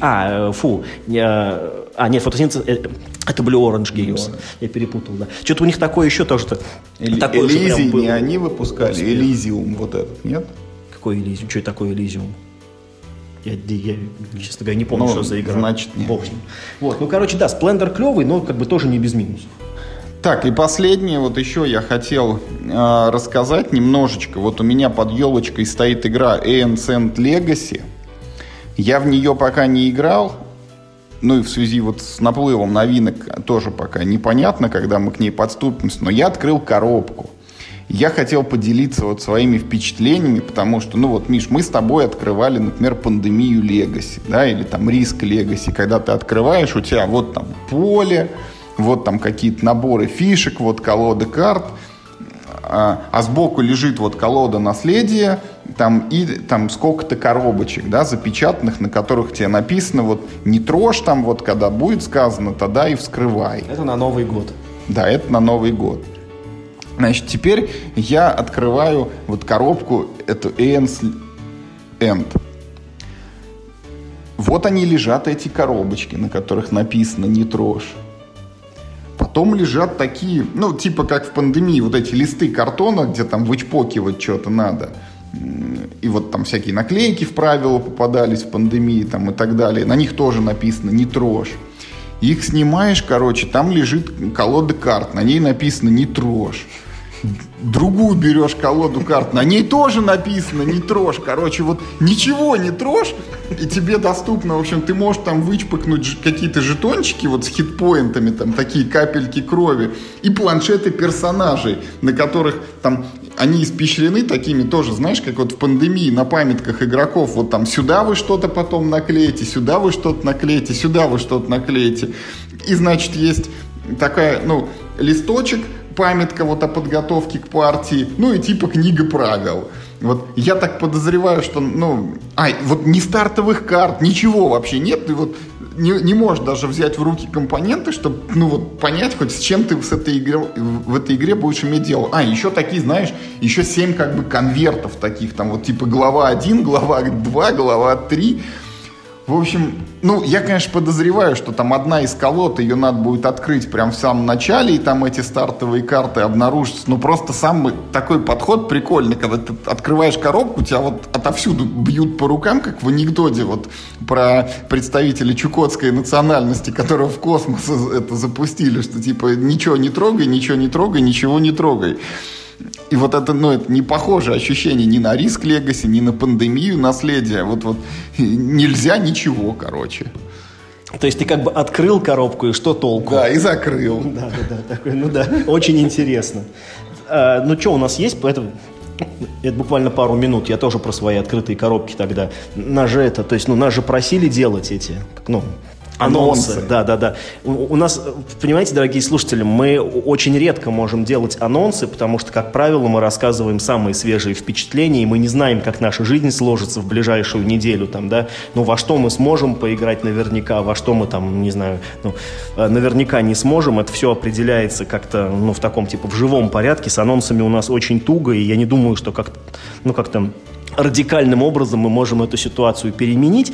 нет, фотосинтез это Blue Orange Games, я перепутал, да. Что-то у них такое еще тоже. Элизий не они выпускали, Элизиум этот, нет? Какой Элизиум? Что это такое Элизиум? Я, честно говоря, не помню, что за игра. Значит, нет. Бог с ним. Splendor клевый, но как бы тоже не без минусов. Так, и последнее, еще я хотел рассказать немножечко. У меня под елочкой стоит игра Ancient Legacy. Я в нее пока не играл. И в связи с наплывом новинок тоже пока непонятно, когда мы к ней подступимся. Но я открыл коробку. Я хотел поделиться своими впечатлениями, потому что, Миш, мы с тобой открывали, например, Пандемию Legacy, да, или там Риск Legacy, когда ты открываешь, у тебя там поле, там какие-то наборы фишек, колоды карт, а сбоку лежит колода наследия, и там сколько-то коробочек, да, запечатанных, на которых тебе написано, не трожь когда будет сказано, тогда и вскрывай. Это на Новый год. Да, это на Новый год. Значит, теперь я открываю коробку, эту Aeon's End. Они лежат, эти коробочки, на которых написано «Не трожь». Потом лежат такие, типа как в Пандемии, эти листы картона, где там вычпокивать что-то надо. И там всякие наклейки в правила попадались в Пандемии и так далее. На них тоже написано «Не трожь». Их снимаешь, там лежит колода карт, на ней написано «Не трожь». другую берешь колоду карт, на ней тоже написано «не трожь». Короче, вот ничего не трожь, и тебе доступно, в общем, ты можешь там вычпыкнуть какие-то жетончики вот с хитпоинтами, там такие капельки крови, и планшеты персонажей, на которых там они испещрены такими тоже, знаешь, как вот в пандемии на памятках игроков, вот там сюда вы что-то потом наклеите, сюда вы что-то наклеите, сюда вы что-то наклеите. И, значит, есть такая, листочек, памятка вот о подготовке к партии, и типа книга правил. Вот я так подозреваю, что, вот ни стартовых карт, ничего вообще нет, ты вот не можешь даже взять в руки компоненты, чтобы, понять хоть с чем ты в этой игре будешь иметь дело. Еще такие, знаешь, еще 7 как бы конвертов таких, там вот типа глава 1, глава 2, глава 3. В общем, я, конечно, подозреваю, что там одна из колод, ее надо будет открыть прямо в самом начале, и там эти стартовые карты обнаружатся. Просто сам такой подход прикольный, когда ты открываешь коробку, тебя вот отовсюду бьют по рукам, как в анекдоте вот про представителя чукотской национальности, которого в космос это запустили, что типа ничего не трогай, ничего не трогай, ничего не трогай. И вот это, это не похоже ощущение ни на Risk Legacy, ни на пандемию наследия. Вот нельзя ничего, короче. То есть ты как бы открыл коробку, и что толку? Да, и закрыл. Да, такой, очень интересно. Что у нас есть, поэтому... Это буквально пару минут, я тоже про свои открытые коробки тогда. Нас же просили делать эти, анонсы. Да. У нас, понимаете, дорогие слушатели, мы очень редко можем делать анонсы, потому что, как правило, мы рассказываем самые свежие впечатления, и мы не знаем, как наша жизнь сложится в ближайшую неделю, во что мы сможем поиграть наверняка, во что мы наверняка не сможем. Это все определяется как-то, в таком, в живом порядке. С анонсами у нас очень туго, и я не думаю, что как-то радикальным образом мы можем эту ситуацию переменить.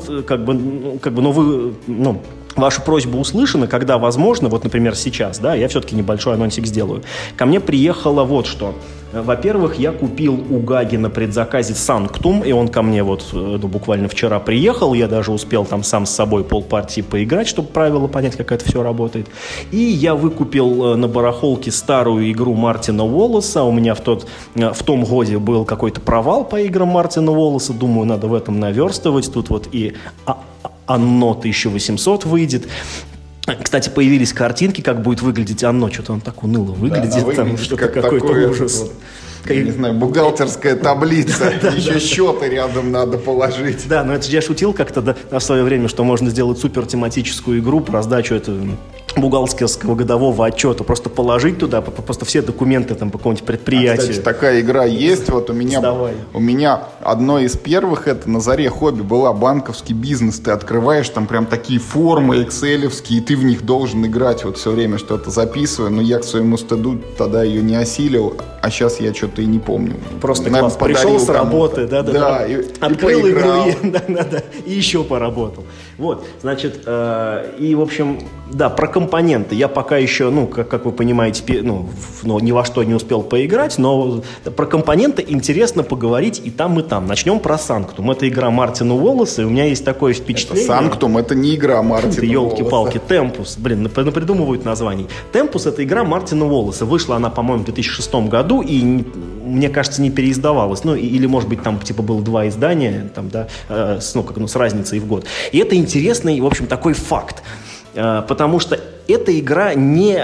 Ваша просьба услышана, когда возможно, вот, например, сейчас, я все-таки небольшой анонсик сделаю. Ко мне приехало вот что. Во-первых, я купил у Гаги на предзаказе Sanctum, и он ко мне буквально вчера приехал, я даже успел там сам с собой полпартии поиграть, чтобы правила понять, как это все работает. И я выкупил на барахолке старую игру Мартина Уоллеса, у меня в том годе был какой-то провал по играм Мартина Уоллеса, думаю, надо в этом наверстывать, тут и Анно 1800 выйдет. Кстати, появились картинки, как будет выглядеть Анно. Что-то он так уныло выглядит. Там что-то какой-то ужас. Не знаю, бухгалтерская таблица. Еще счеты рядом надо положить. Да, но это же я шутил как-то в свое время, что можно сделать супер тематическую игру про раздачу бухгалтерского годового отчета. Просто положить туда просто все документы по какому-нибудь предприятию. Кстати, такая игра есть. Вот у меня одно из первых, это на заре хобби, была банковский бизнес. Ты открываешь там прям такие формы экселевские, и ты в них должен играть. Вот все время что-то записываю. Но я к своему стыду тогда ее не осилил. А сейчас я что-то и не помню. Просто класс. Пришел с работы, открыл игру и еще поработал. Вот, значит, и, в общем, про компоненты. Я пока еще, как вы понимаете, ни во что не успел поиграть, но про компоненты интересно поговорить и там, и там. Начнем про Sanctum. Это игра Мартина Уоллеса, и у меня есть такое впечатление... Sanctum — это не игра Мартина Уоллеса. Елки-палки, Tempus. Придумывают названий. Tempus — это игра Мартина Уоллеса. Вышла она, по-моему, в 2006 году, и, мне кажется, не переиздавалась. Или, может быть, там, было 2 издания, с разницей в год. И это интересный, в общем, такой факт. Потому что эта игра не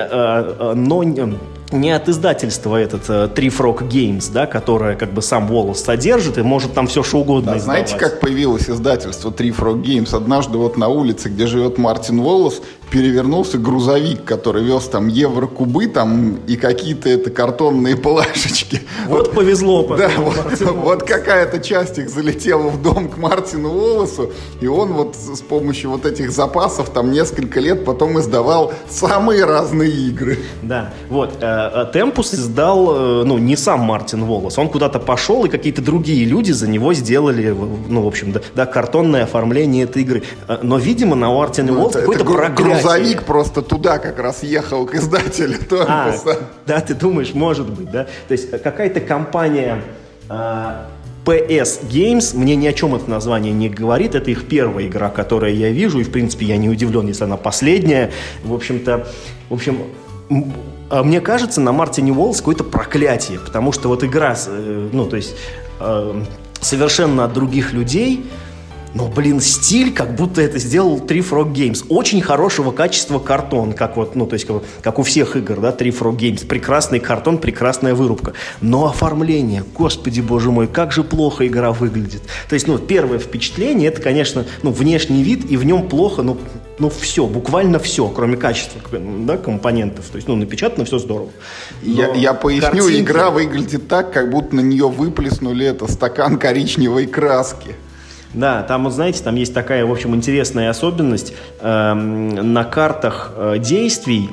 от издательства Tree Frog Games, которое сам Уоллес содержит и может там все что угодно издавать. Знаете, как появилось издательство Tree Frog Games? Однажды на улице, где живет Мартин Уоллес, перевернулся грузовик, который вез там еврокубы и какие-то картонные плашечки. Вот повезло. Да, вот какая-то часть их залетела в дом к Мартину Уоллесу, и он с помощью этих запасов несколько лет потом издавал самые разные игры. Да, Tempus издал, не сам Мартин Уоллес, он куда-то пошел, и какие-то другие люди за него сделали, в общем, картонное оформление этой игры. Но, видимо, на Мартина Уоллеса какой-то проклятие. Грузовик просто туда как раз ехал к издателю Темпуса. Да, ты думаешь, может быть, да? То есть какая-то компания PS Games, мне ни о чем это название не говорит, это их первая игра, которую я вижу, и, в принципе, я не удивлен, если она последняя. В общем, мне кажется, на Мартине Уоллесе какое-то проклятие, потому что вот игра, совершенно от других людей, но, блин, стиль, как будто это сделал Three Frog Games. Очень хорошего качества картон, как вот, как у всех игр, да, Three Frog Games. Прекрасный картон, прекрасная вырубка. Но оформление, господи, боже мой, как же плохо игра выглядит. То есть, первое впечатление, это, конечно, внешний вид, и в нем плохо, все, буквально все, кроме качества, да, компонентов. То есть, напечатано все здорово. Я поясню, картинки... игра выглядит так, как будто на нее выплеснули стакан коричневой краски. Да, там, вот знаете, там есть такая, в общем, интересная особенность. На картах действий,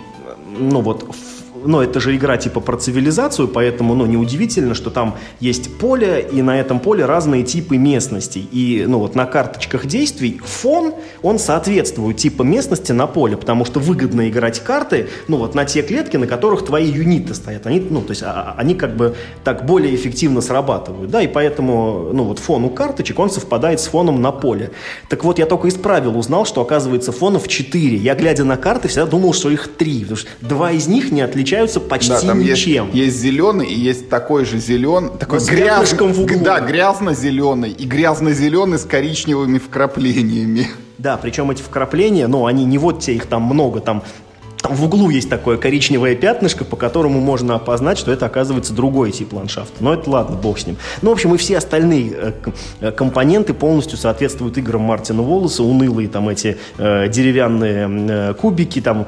это же игра типа про цивилизацию, поэтому, неудивительно, что там есть поле, и на этом поле разные типы местностей. И, на карточках действий фон, он соответствует типу местности на поле, потому что выгодно играть карты, на те клетки, на которых твои юниты стоят. Они, они как бы так более эффективно срабатывают, да, и поэтому, фон у карточек, он совпадает с фоном на поле. Так вот, я только из правил узнал, что, оказывается, фонов 4. Я, глядя на карты, всегда думал, что их 3, потому что 2 из них не отличаются почти ничем. Есть зеленый и есть такой же зеленый, такой грязно-зеленый и грязно-зеленый с коричневыми вкраплениями. Да, причем эти вкрапления, они не вот те, их там много, там в углу есть такое коричневое пятнышко, по которому можно опознать, что это, оказывается, другой тип ландшафта. Но это ладно, бог с ним. В общем, и все остальные компоненты полностью соответствуют играм Мартина Уоллеса. Унылые там эти деревянные кубики, там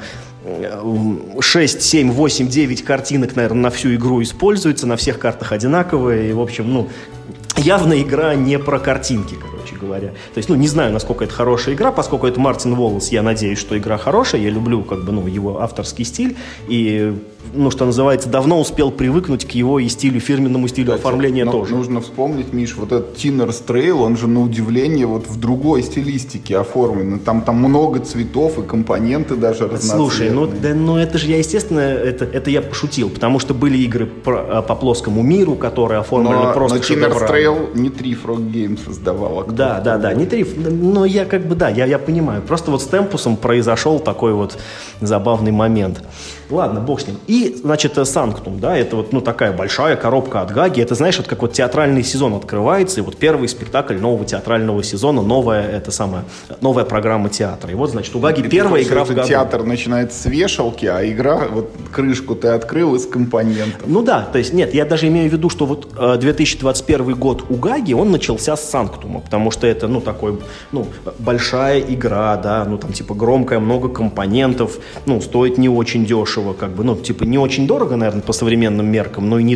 6, 7, 8, 9 картинок, наверное, на всю игру используются, на всех картах одинаковые. И, в общем, явно игра не про картинки, короче говоря. То есть, не знаю, насколько это хорошая игра, поскольку это Мартин Уоллес, я надеюсь, что игра хорошая, я люблю, его авторский стиль, и, что называется, давно успел привыкнуть к его и фирменному стилю оформления тоже. Нужно вспомнить, Миш, вот этот Tinner's Trail, он же, на удивление, вот в другой стилистике оформлен. Там много цветов и компоненты даже разноцветные. Слушай, это же я, естественно, это я пошутил, потому что были игры по плоскому миру, которые оформлены просто шедеврально. Но Tinner's Trail не Three Frog Games создавала. Да, не Триф, но я я понимаю. Просто вот с Темпусом произошел такой вот забавный момент. Ладно, бог с ним. И, значит, Санктум, да, это вот, такая большая коробка от Гаги. Это, знаешь, вот как вот театральный сезон открывается, и вот первый спектакль нового театрального сезона, новая программа театра. И вот, значит, у Гаги первая игра в году. Театр начинается с вешалки, а игра, вот крышку ты открыл из компонентов. То есть, нет, я даже имею в виду, что вот 2021 год у Гаги, он начался с Санктума, потому что это, такой, большая игра, да, там, типа, громкая, много компонентов, стоит не очень дешево, не очень дорого, наверное, по современным меркам, но и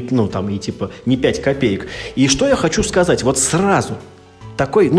не 5 копеек. И что я хочу сказать, вот сразу такой,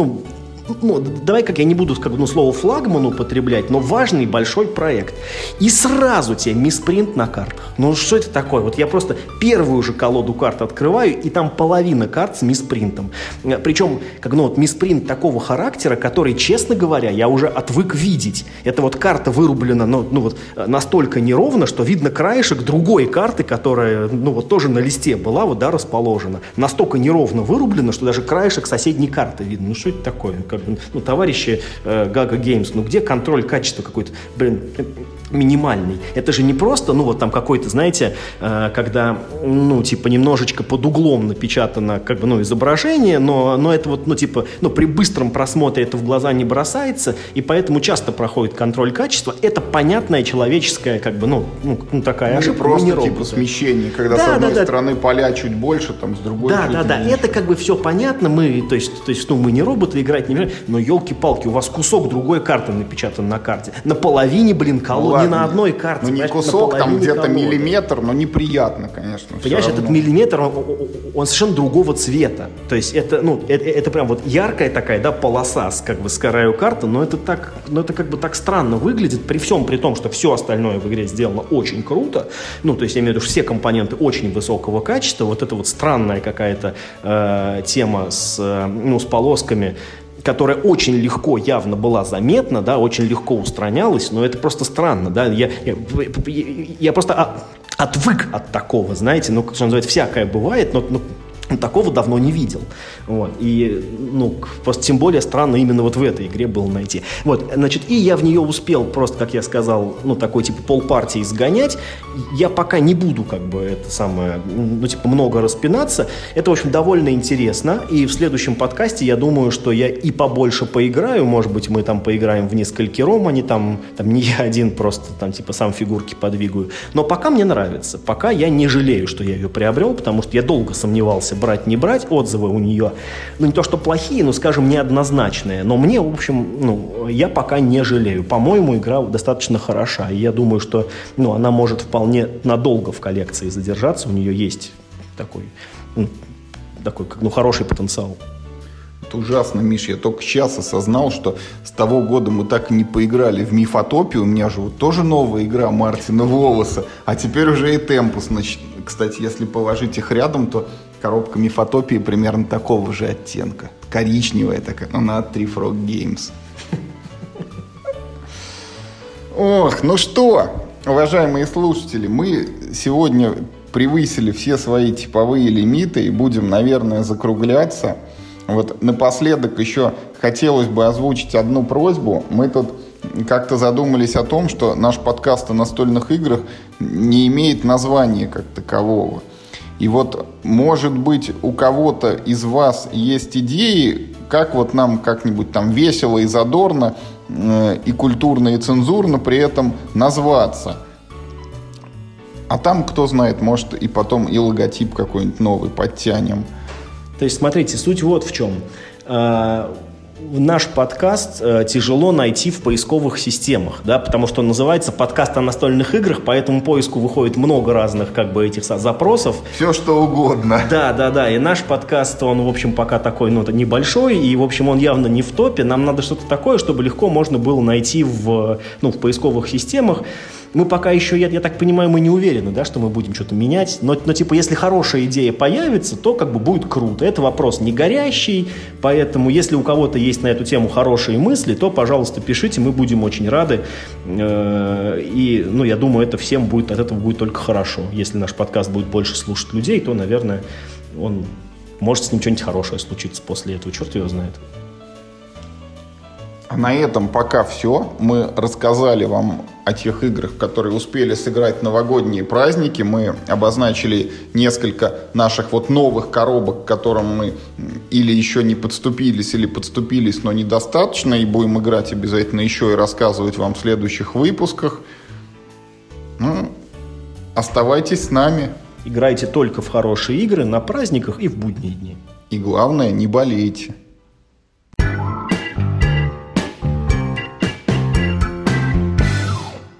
давай, как я не буду слово флагман употреблять, но важный большой проект. И сразу тебе миспринт на картах. Что это такое? Вот я просто первую же колоду карт открываю, и там половина карт с миспринтом. Причем, миспринт такого характера, который, честно говоря, я уже отвык видеть. Это вот карта вырублена, настолько неровно, что видно краешек другой карты, которая, тоже на листе была, расположена. Настолько неровно вырублена, что даже краешек соседней карты видно. Что это такое? Товарищи Gaga Games, где контроль качества какой-то, минимальный? Это же не просто, там какой-то, знаете, когда, немножечко под углом напечатано, изображение, но это при быстром просмотре это в глаза не бросается, и поэтому часто проходит контроль качества. Это понятная человеческая, такая ошибка. Просто, смещение, когда с одной стороны поля чуть больше, с другой чуть меньше. Да, это все понятно, мы не роботы, играть не умеем, но елки-палки, у вас кусок другой карты напечатан на карте. На половине, колоды, не на одной карте. Не кусок, там где-то миллиметр, но неприятно, конечно. Понимаешь, этот миллиметр, он совершенно другого цвета. То есть это прям вот яркая такая, да, полоса с краю карты, но это так странно выглядит, при том, что все остальное в игре сделано очень круто. То есть я имею в виду, все компоненты очень высокого качества. Вот это вот странная какая-то тема с полосками, которая очень легко явно была заметна, да, очень легко устранялась, но это просто странно, да, я просто отвык от такого, знаете, что называется, всякое бывает, но Такого давно не видел. Вот. И, просто тем более странно именно вот в этой игре было найти. Вот, значит, и я в нее успел просто, как я сказал, такой типа полпартии сгонять. Я пока не буду это самое, много распинаться. Это, в общем, довольно интересно. И в следующем подкасте я думаю, что я и побольше поиграю. Может быть, мы там поиграем в несколькером, а не там не я один просто сам фигурки подвигаю. Но пока мне нравится. Пока я не жалею, что я ее приобрел, потому что я долго сомневался, брать, не брать. Отзывы у нее, не то что плохие, но, скажем, неоднозначные. Но мне, в общем, я пока не жалею. По-моему, игра достаточно хороша. И я думаю, что она может вполне надолго в коллекции задержаться. У нее есть такой хороший потенциал. Это ужасно, Миш. Я только сейчас осознал, что с того года мы так и не поиграли в Мифотопию. У меня же тоже новая игра Мартина Волоса. А теперь уже и Темпус. Кстати, если положить их рядом, то коробка Мифотопии примерно такого же оттенка. Коричневая такая, она от Three Frog Games. Ох, ну что, уважаемые слушатели, мы сегодня превысили все свои типовые лимиты и будем, наверное, закругляться. Вот напоследок еще хотелось бы озвучить одну просьбу. Мы тут как-то задумались о том, что наш подкаст о настольных играх не имеет названия как такового. И вот, может быть, у кого-то из вас есть идеи, как вот нам как-нибудь там весело и задорно, и культурно, и цензурно при этом назваться. А там, кто знает, может, и потом и логотип какой-нибудь новый подтянем. То есть, смотрите, суть вот в чем. Наш подкаст тяжело найти в поисковых системах, да, потому что он называется «Подкаст о настольных играх», по этому поиску выходит много разных этих запросов. Все что угодно. Да, и наш подкаст, он, в общем, пока такой, небольшой, и, в общем, он явно не в топе. Нам надо что-то такое, чтобы легко можно было найти в поисковых системах. Мы пока еще, я так понимаю, мы не уверены, да, что мы будем что-то менять, но если хорошая идея появится, то будет круто. Это вопрос не горящий, поэтому если у кого-то есть на эту тему хорошие мысли, то, пожалуйста, пишите, мы будем очень рады. И, я думаю, это всем от этого будет только хорошо. Если наш подкаст будет больше слушать людей, то, наверное, может с ним что-нибудь хорошее случиться после этого, черт его знает. А на этом пока все. Мы рассказали вам о тех играх, которые успели сыграть в новогодние праздники. Мы обозначили несколько наших новых коробок, к которым мы или еще не подступились, или подступились, но недостаточно. И будем играть обязательно еще и рассказывать вам в следующих выпусках. Оставайтесь с нами. Играйте только в хорошие игры на праздниках и в будние дни. И главное, не болейте.